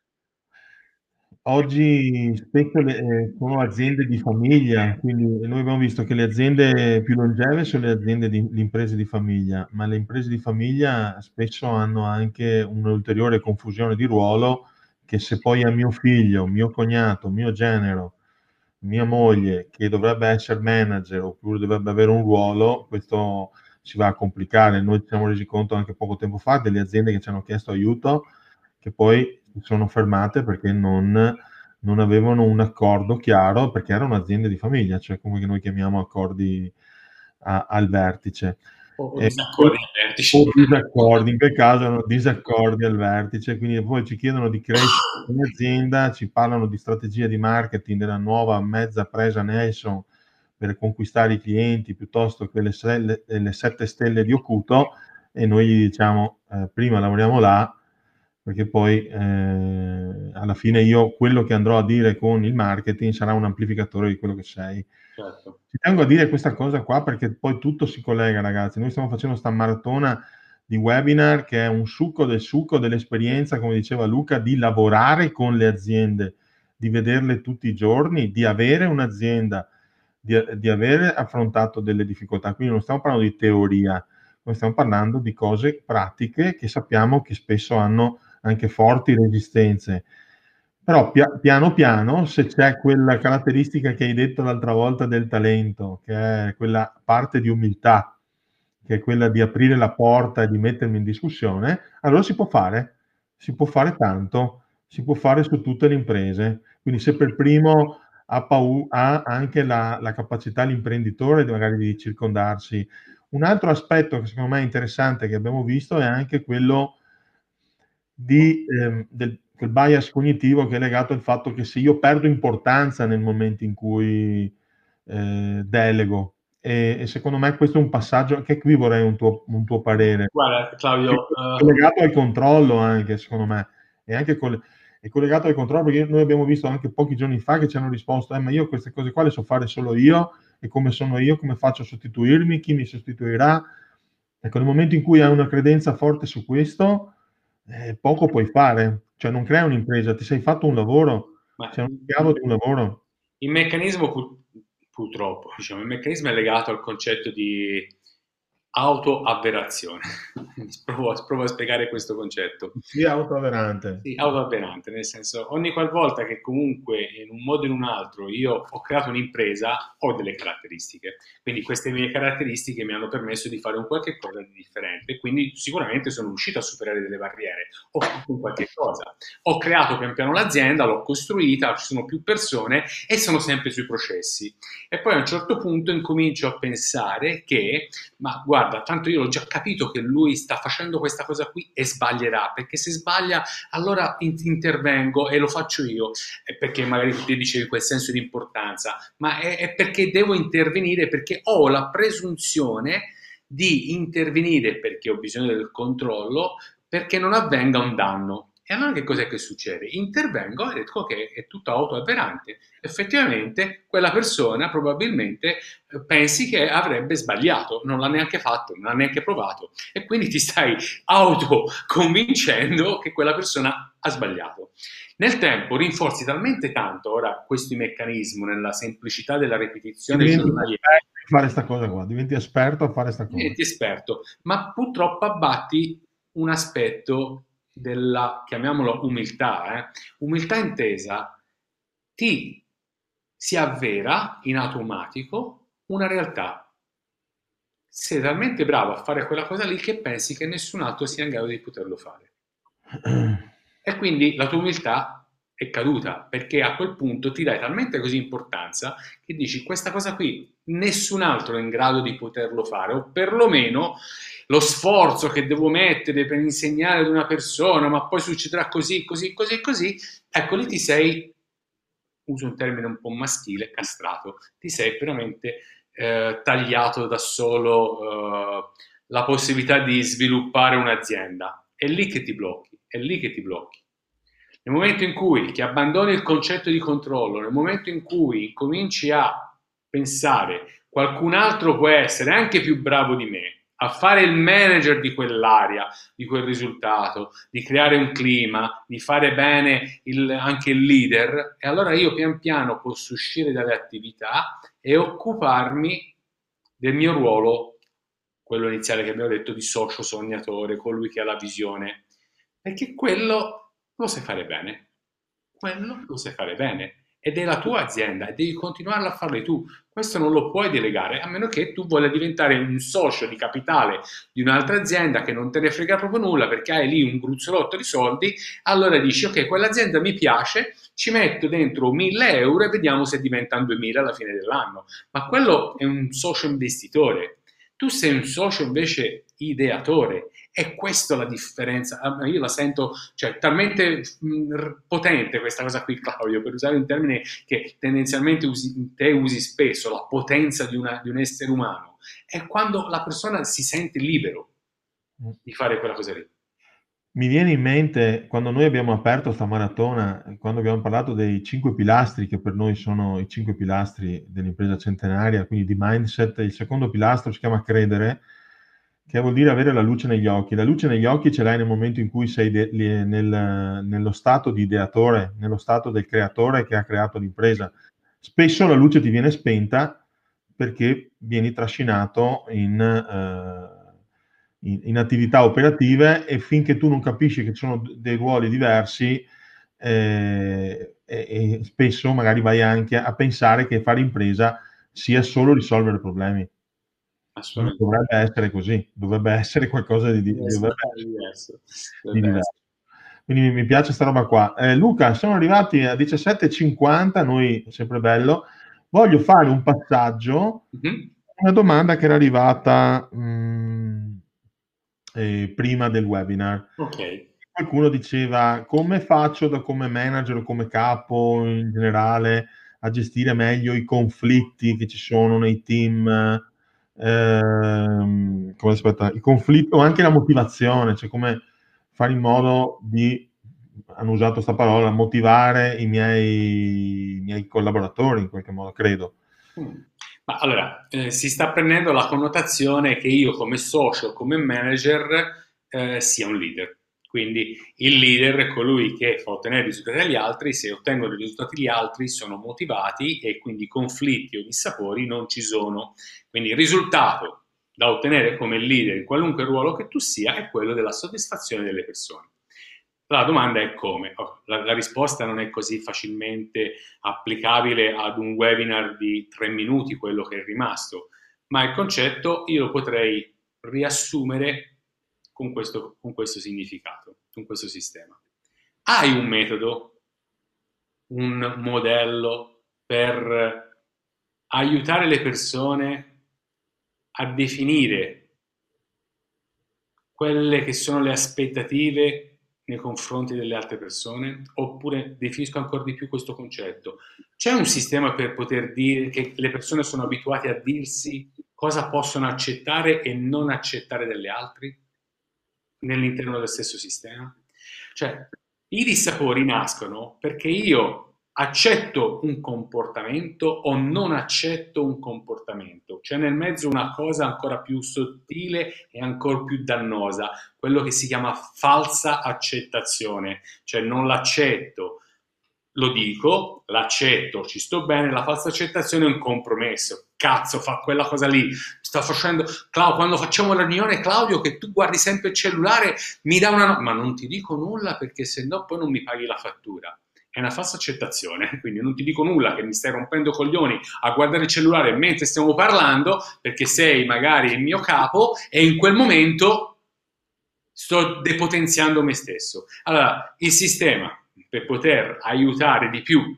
oggi spesso sono aziende di famiglia, quindi noi abbiamo visto che le aziende più longeve sono le aziende di imprese di famiglia, ma le imprese di famiglia spesso hanno anche un'ulteriore confusione di ruolo, che se poi è mio figlio, mio cognato, mio genero, mia moglie che dovrebbe essere manager oppure dovrebbe avere un ruolo, questo si va a complicare. Noi ci siamo resi conto anche poco tempo fa delle aziende che ci hanno chiesto aiuto, che poi si sono fermate perché non avevano un accordo chiaro, perché era un'azienda di famiglia, cioè come che noi chiamiamo accordi al vertice. O E disaccordi ai vertici. o disaccordi, in quel caso erano disaccordi al vertice, quindi poi ci chiedono di crescere come azienda, ci parlano di strategia di marketing della nuova mezza presa Nelson per conquistare i clienti piuttosto che le 7 stelle di Ocuto, e noi gli diciamo prima lavoriamo là, perché poi alla fine io quello che andrò a dire con il marketing sarà un amplificatore di quello che sei. Certo. Ci tengo a dire questa cosa qua perché poi tutto si collega, ragazzi. Noi stiamo facendo sta maratona di webinar che è un succo del succo dell'esperienza, come diceva Luca, di lavorare con le aziende, di vederle tutti i giorni, di avere un'azienda, di avere affrontato delle difficoltà. Quindi non stiamo parlando di teoria, noi stiamo parlando di cose pratiche che sappiamo che spesso hanno anche forti resistenze. Però piano piano, se c'è quella caratteristica che hai detto l'altra volta del talento, che è quella parte di umiltà, che è quella di aprire la porta e di mettermi in discussione, allora si può fare tanto, si può fare su tutte le imprese. Quindi se per primo ha anche la capacità l'imprenditore magari di circondarsi. Un altro aspetto che secondo me è interessante che abbiamo visto è anche quello quel bias cognitivo che è legato al fatto che se io perdo importanza nel momento in cui delego, e secondo me questo è un passaggio che qui vorrei un tuo parere. Guarda, È Claudio, collegato al controllo anche, secondo me, e anche è collegato al controllo perché noi abbiamo visto anche pochi giorni fa che ci hanno risposto, ma io queste cose qua le so fare solo io, e come sono io, come faccio a sostituirmi, chi mi sostituirà? Ecco, nel momento in cui hai una credenza forte su questo, poco puoi fare, cioè non crei un'impresa, ti sei fatto un lavoro, ma sei un schiavo di un lavoro. il meccanismo, purtroppo, diciamo, il meccanismo è legato al concetto di autoavverazione. Provo a spiegare questo concetto. Sia autoavverante. Sì, autoavverante, nel senso, ogni qualvolta che comunque in un modo o in un altro io ho creato un'impresa, ho delle caratteristiche. Quindi queste mie caratteristiche mi hanno permesso di fare un qualche cosa di differente, quindi sicuramente sono riuscito a superare delle barriere, ho fatto un qualche cosa. Ho creato pian piano l'azienda, l'ho costruita, ci sono più persone e sono sempre sui processi. E poi a un certo punto incomincio a pensare che, ma guarda, tanto io l'ho già capito che lui sta facendo questa cosa qui e sbaglierà, perché se sbaglia allora intervengo e lo faccio io, perché magari tu dicevi quel senso di importanza, ma è perché devo intervenire, perché ho la presunzione di intervenire perché ho bisogno del controllo, perché non avvenga un danno. E allora che cos'è che succede? Intervengo e dico che è tutto autoavverante. Effettivamente quella persona probabilmente pensi che avrebbe sbagliato, non l'ha neanche fatto, non l'ha neanche provato e quindi ti stai autoconvincendo che quella persona ha sbagliato. Nel tempo rinforzi talmente tanto ora questo meccanismo nella semplicità della ripetizione Diventi giornaliera, esperto a fare sta cosa qua, diventi esperto a fare sta cosa. diventi esperto, ma purtroppo abbatti un aspetto della, chiamiamolo umiltà, umiltà intesa, ti si avvera in automatico una realtà. sei talmente bravo a fare quella cosa lì che pensi che nessun altro sia in grado di poterlo fare. E quindi la tua umiltà è caduta, perché a quel punto ti dai talmente così importanza che dici questa cosa qui nessun altro è in grado di poterlo fare, o perlomeno lo sforzo che devo mettere per insegnare ad una persona, ma poi succederà così, così, così, così, ecco lì ti sei, uso un termine un po' maschile, castrato, ti sei veramente tagliato da solo la possibilità di sviluppare un'azienda. È lì che ti blocchi, è lì che ti blocchi. Nel momento in cui ti abbandoni il concetto di controllo, nel momento in cui cominci a pensare qualcun altro può essere anche più bravo di me a fare il manager di quell'area, di quel risultato, di creare un clima, di fare bene anche il leader, e allora io pian piano posso uscire dalle attività e occuparmi del mio ruolo, quello iniziale che abbiamo detto di socio sognatore, colui che ha la visione, perché quello lo sai fare bene, quello lo sai fare bene ed è la tua azienda e devi continuare a farlo tu. Questo non lo puoi delegare a meno che tu voglia diventare un socio di capitale di un'altra azienda che non te ne frega proprio nulla perché hai lì un gruzzolotto di soldi, allora dici ok, quell'azienda mi piace, ci metto dentro 1000 euro e vediamo se diventano 2000 alla fine dell'anno. Ma quello è un socio investitore. Tu sei un socio invece ideatore, e questa è la differenza. Io la sento, cioè, talmente potente questa cosa qui, Claudio, per usare un termine che tendenzialmente te usi spesso, la potenza di un essere umano, è quando la persona si sente libero di fare quella cosa lì. Mi viene in mente quando noi abbiamo aperto sta maratona, quando abbiamo parlato dei 5 pilastri che per noi sono i 5 pilastri dell'impresa centenaria, quindi di mindset. Il secondo pilastro si chiama credere, che vuol dire avere la luce negli occhi. La luce negli occhi ce l'hai nel momento in cui sei nello stato di ideatore, nello stato del creatore che ha creato l'impresa. Spesso la luce ti viene spenta perché vieni trascinato in attività operative, e finché tu non capisci che ci sono dei ruoli diversi, e spesso magari vai anche a pensare che fare impresa sia solo risolvere problemi. Non Assolutamente. dovrebbe essere così, dovrebbe essere qualcosa dovrebbe essere Diverso. di Dovrebbe diverso. essere. Quindi mi piace sta roba qua. Luca, siamo arrivati a 17:50, noi sempre bello. Voglio fare un passaggio, Mhm. una domanda che era arrivata prima del webinar. Ok. Qualcuno diceva come faccio da come manager o come capo in generale a gestire meglio i conflitti che ci sono nei team, come aspetta, i conflitti o anche la motivazione, cioè come fare in modo di, hanno usato sta parola, motivare i miei collaboratori in qualche modo, credo. Mm. Ma allora, si sta prendendo la connotazione che io come socio, come manager, sia un leader. Quindi il leader è colui che fa ottenere i risultati agli altri, se ottengono i risultati gli altri sono motivati e quindi conflitti o dissapori non ci sono. Quindi il risultato da ottenere come leader in qualunque ruolo che tu sia è quello della soddisfazione delle persone. La domanda è come? La risposta non è così facilmente applicabile ad un webinar di 3 minuti, quello che è rimasto, ma il concetto io lo potrei riassumere con questo significato, con questo sistema. Hai un metodo, un modello per aiutare le persone a definire quelle che sono le aspettative nei confronti delle altre persone? Oppure definisco ancora di più questo concetto. C'è un sistema per poter dire che le persone sono abituate a dirsi cosa possono accettare e non accettare delle altre nell'interno del stesso sistema? Cioè, i dissapori nascono perché io accetto un comportamento o non accetto un comportamento. C'è nel mezzo una cosa ancora più sottile e ancora più dannosa, quello che si chiama falsa accettazione, cioè non l'accetto, lo dico, l'accetto, ci sto bene, la falsa accettazione è un compromesso. Cazzo, fa quella cosa lì, sta facendo, quando facciamo la riunione, Claudio, che tu guardi sempre il cellulare, mi dà una ma non ti dico nulla perché se no poi non mi paghi la fattura. è una falsa accettazione, quindi non ti dico nulla che mi stai rompendo i coglioni a guardare il cellulare mentre stiamo parlando, perché sei magari il mio capo e in quel momento sto depotenziando me stesso. Allora, il sistema per poter aiutare di più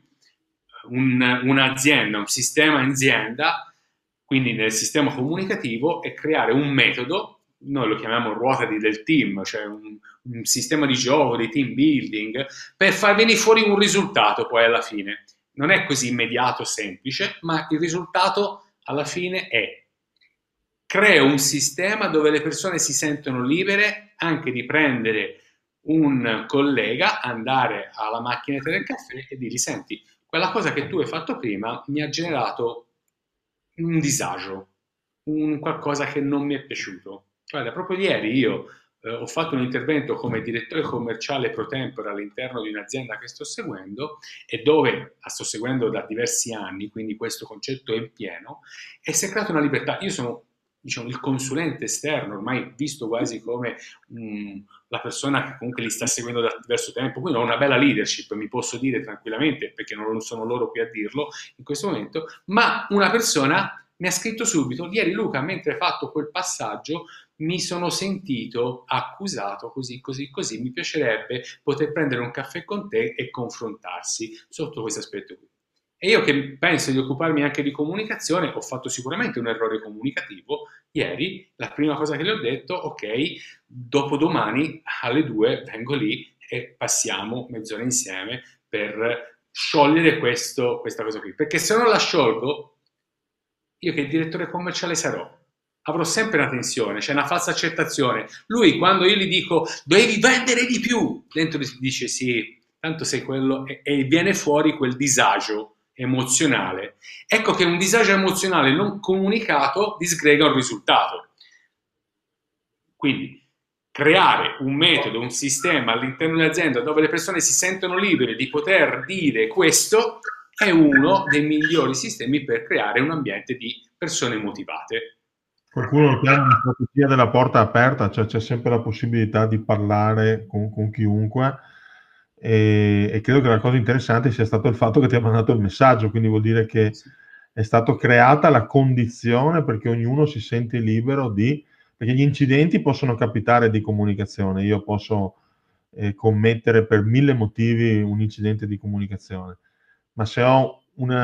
un'azienda, un sistema azienda, quindi nel sistema comunicativo, è creare un metodo, noi lo chiamiamo ruota del team, cioè un sistema di gioco, di team building, per far venire fuori un risultato poi alla fine. Non è così immediato, semplice, ma il risultato alla fine è: creo un sistema dove le persone si sentono libere anche di prendere un collega, andare alla macchinetta del caffè e dirgli: senti, quella cosa che tu hai fatto prima mi ha generato un disagio, un qualcosa che non mi è piaciuto. Guarda, proprio ieri io ho fatto un intervento come direttore commerciale pro tempore all'interno di un'azienda che sto seguendo e dove la sto seguendo da diversi anni, quindi questo concetto è in pieno, e si è creata una libertà. Io sono, diciamo, il consulente esterno, ormai visto quasi come la persona che comunque li sta seguendo da diverso tempo, quindi ho una bella leadership, mi posso dire tranquillamente, perché non sono loro qui a dirlo in questo momento, ma una persona mi ha scritto subito: ieri Luca, mentre hai fatto quel passaggio, mi sono sentito accusato così, così, così, mi piacerebbe poter prendere un caffè con te e confrontarsi sotto questo aspetto qui. E io che penso di occuparmi anche di comunicazione, ho fatto sicuramente un errore comunicativo. Ieri la prima cosa che le ho detto: ok, dopodomani alle 2 vengo lì e passiamo mezz'ora insieme per sciogliere questa cosa qui. Perché se non la sciolgo, io che direttore commerciale sarò? Avrò sempre una tensione, c'è una falsa accettazione. Lui, quando io gli dico devi vendere di più, dentro dice sì, tanto sei quello, e viene fuori quel disagio emozionale. Ecco che un disagio emozionale non comunicato disgrega un risultato. Quindi creare un metodo, un sistema all'interno dell'azienda dove le persone si sentono libere di poter dire questo è uno dei migliori sistemi per creare un ambiente di persone motivate. Qualcuno lo chiama la strategia della porta aperta, cioè c'è sempre la possibilità di parlare con chiunque e credo che la cosa interessante sia stato il fatto che ti ha mandato il messaggio, quindi vuol dire che è stata creata la condizione perché ognuno si sente libero di... perché gli incidenti possono capitare di comunicazione, io posso commettere per mille motivi un incidente di comunicazione, ma se ho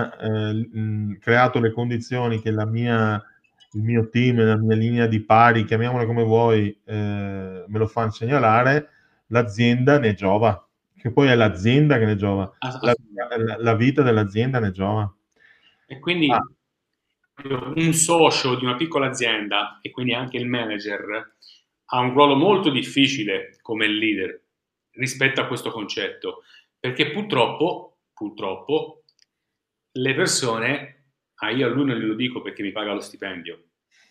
creato le condizioni che il mio team, la mia linea di pari, chiamiamola come vuoi, me lo fanno segnalare, l'azienda ne giova, che poi è l'azienda che ne giova, la vita dell'azienda ne giova. E quindi Ah, un socio di una piccola azienda, e quindi anche il manager, ha un ruolo molto difficile come leader rispetto a questo concetto, perché purtroppo le persone, io a lui non glielo dico perché mi paga lo stipendio,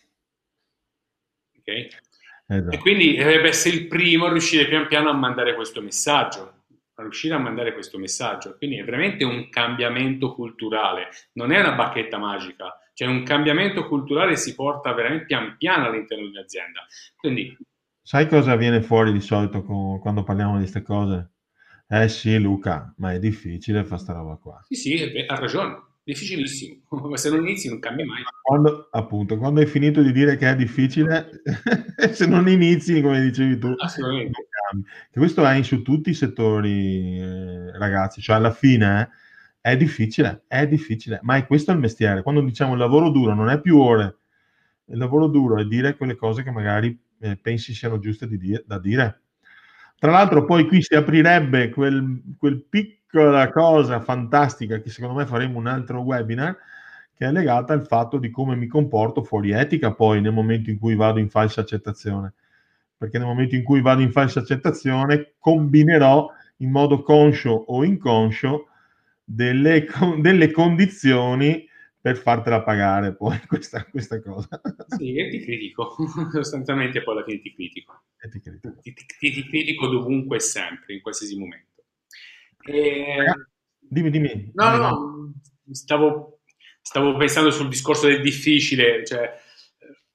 ok? E esatto. quindi dovrebbe essere il primo a riuscire pian piano a mandare questo messaggio, a riuscire a mandare questo messaggio. Quindi è veramente un cambiamento culturale, non è una bacchetta magica, cioè un cambiamento culturale si porta veramente pian piano all'interno di un'azienda. Quindi Sai cosa viene fuori di solito quando parliamo di queste cose? Eh sì, Luca, ma è difficile fare sta roba qua. sì, sì, ha ragione, difficilissimo, ma se non inizi non cambia mai. Quando, appunto, quando hai finito di dire che è difficile, se non inizi, come dicevi tu, non Assolutamente. cambi. Che questo è su tutti i settori, ragazzi, cioè alla fine è difficile, ma questo è il mestiere. Quando diciamo il lavoro duro non è più ore, il lavoro duro è dire quelle cose che magari pensi siano giuste da dire. Tra l'altro poi qui si aprirebbe quel piccola cosa fantastica che secondo me faremo un altro webinar, che è legata al fatto di come mi comporto fuori etica poi nel momento in cui vado in falsa accettazione. Perché nel momento in cui vado in falsa accettazione combinerò in modo conscio o inconscio delle condizioni per fartela pagare poi questa cosa. Sì, e ti critico, sostanzialmente poi alla fine ti critico. E ti critico. Ti critico dovunque e sempre, in qualsiasi momento. E... Dimmi, No, vai, no, vai. no, stavo pensando sul discorso del difficile, cioè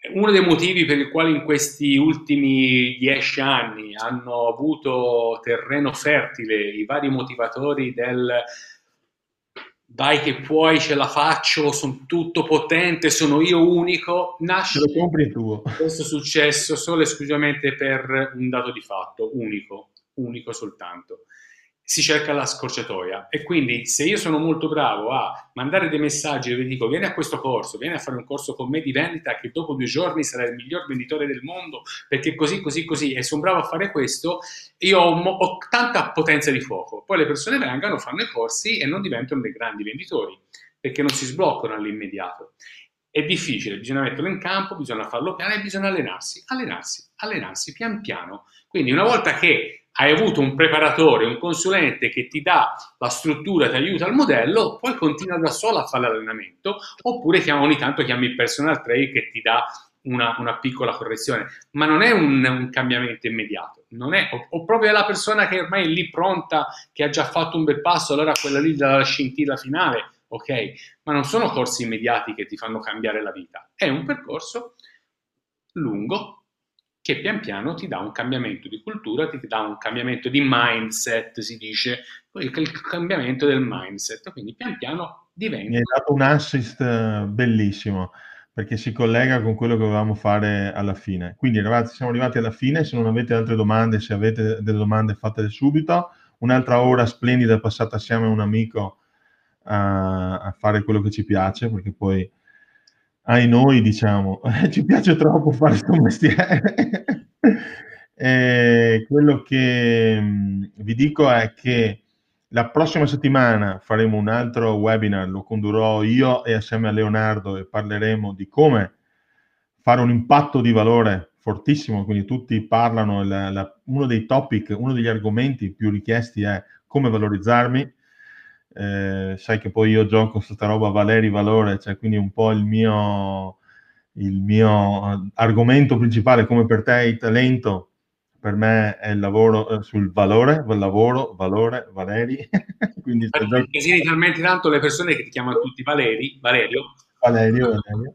Uno dei motivi per i quali in questi ultimi 10 anni hanno avuto terreno fertile i vari motivatori del dai che puoi, ce la faccio, sono tutto potente, sono io unico, Te lo nasce compri il tuo. questo successo solo e esclusivamente per un dato di fatto, unico, unico soltanto. Si cerca la scorciatoia e quindi se io sono molto bravo a mandare dei messaggi e vi dico vieni a questo corso, vieni a fare un corso con me di vendita che dopo 2 giorni sarai il miglior venditore del mondo perché così, così, così e sono bravo a fare questo, io ho tanta potenza di fuoco. Poi le persone vengono, fanno i corsi e non diventano dei grandi venditori perché non si sbloccano all'immediato. È difficile, bisogna metterlo in campo, bisogna farlo piano e bisogna allenarsi, allenarsi, allenarsi pian piano. Quindi una volta che hai avuto un preparatore, un consulente che ti dà la struttura, ti aiuta al modello, poi continua da solo a fare l'allenamento, oppure ogni tanto chiami il personal trainer che ti dà una piccola correzione, ma non è un cambiamento immediato, non è, o proprio è la persona che ormai è lì pronta, che ha già fatto un bel passo, allora quella lì dà la scintilla finale, ok, ma non sono corsi immediati che ti fanno cambiare la vita, è un percorso lungo che pian piano ti dà un cambiamento di cultura, ti dà un cambiamento di mindset, si dice, il cambiamento del mindset, quindi pian piano Mi hai diventa. dato un assist bellissimo, perché si collega con quello che volevamo fare alla fine. Quindi ragazzi, siamo arrivati alla fine, se non avete altre domande, se avete delle domande fatele subito. Un'altra ora splendida passata assieme a un amico a fare quello che ci piace, perché poi ai noi, diciamo, ci piace troppo fare questo mestiere. Quello che vi dico è che la prossima settimana faremo un altro webinar, lo condurrò io e assieme a Leonardo e parleremo di come fare un impatto di valore fortissimo, quindi tutti parlano, uno dei topic, uno degli argomenti più richiesti è come valorizzarmi. Sai che poi io gioco su sta roba Valeri Valore, cioè quindi un po' il mio argomento principale, come per te il talento, per me è il lavoro sul valore, lavoro, valore, Valeri, quindi sto Infatti, gioco. casini talmente tanto le persone che ti chiamano tutti Valeri, Valerio. Valerio, Valerio.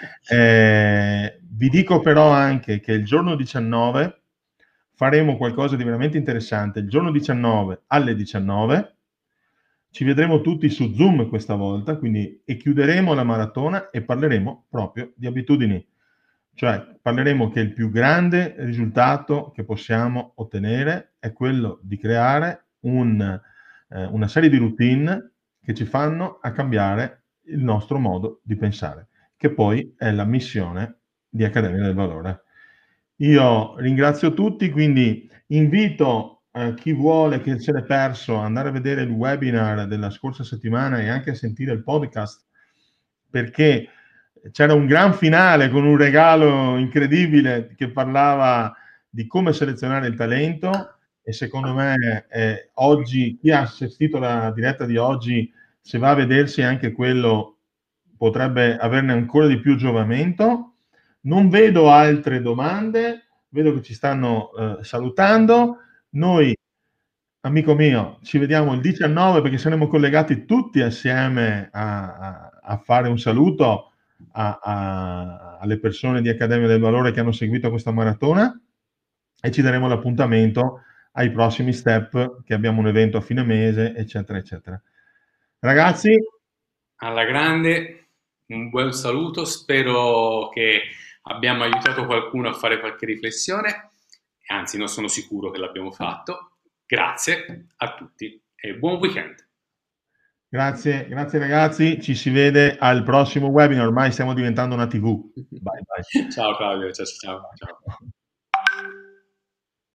Vi dico però anche che il giorno 19 faremo qualcosa di veramente interessante. Il giorno 19 alle 19 ci vedremo tutti su Zoom questa volta, quindi e chiuderemo la maratona e parleremo proprio di abitudini. Cioè parleremo che il più grande risultato che possiamo ottenere è quello di creare una serie di routine che ci fanno a cambiare il nostro modo di pensare, che poi è la missione di Accademia del Valore. Io ringrazio tutti, quindi invito chi vuole, che se l'è perso, ad andare a vedere il webinar della scorsa settimana e anche a sentire il podcast, perché c'era un gran finale con un regalo incredibile che parlava di come selezionare il talento e secondo me oggi, chi ha assistito alla diretta di oggi, se va a vedersi anche quello, potrebbe averne ancora di più giovamento. Non vedo altre domande, vedo che ci stanno salutando. Noi, amico mio, ci vediamo il 19 perché saremo collegati tutti assieme a fare un saluto alle persone di Accademia del Valore che hanno seguito questa maratona e ci daremo l'appuntamento ai prossimi step, che abbiamo un evento a fine mese, eccetera, eccetera. Ragazzi, Alla grande, un buon saluto, spero che abbiamo aiutato qualcuno a fare qualche riflessione, anzi non sono sicuro che l'abbiamo fatto. Grazie a tutti e buon weekend. grazie, grazie ragazzi, ci si vede al prossimo webinar, ormai stiamo diventando una TV. Bye bye. Ciao Claudio, ciao ciao ciao. Ciao.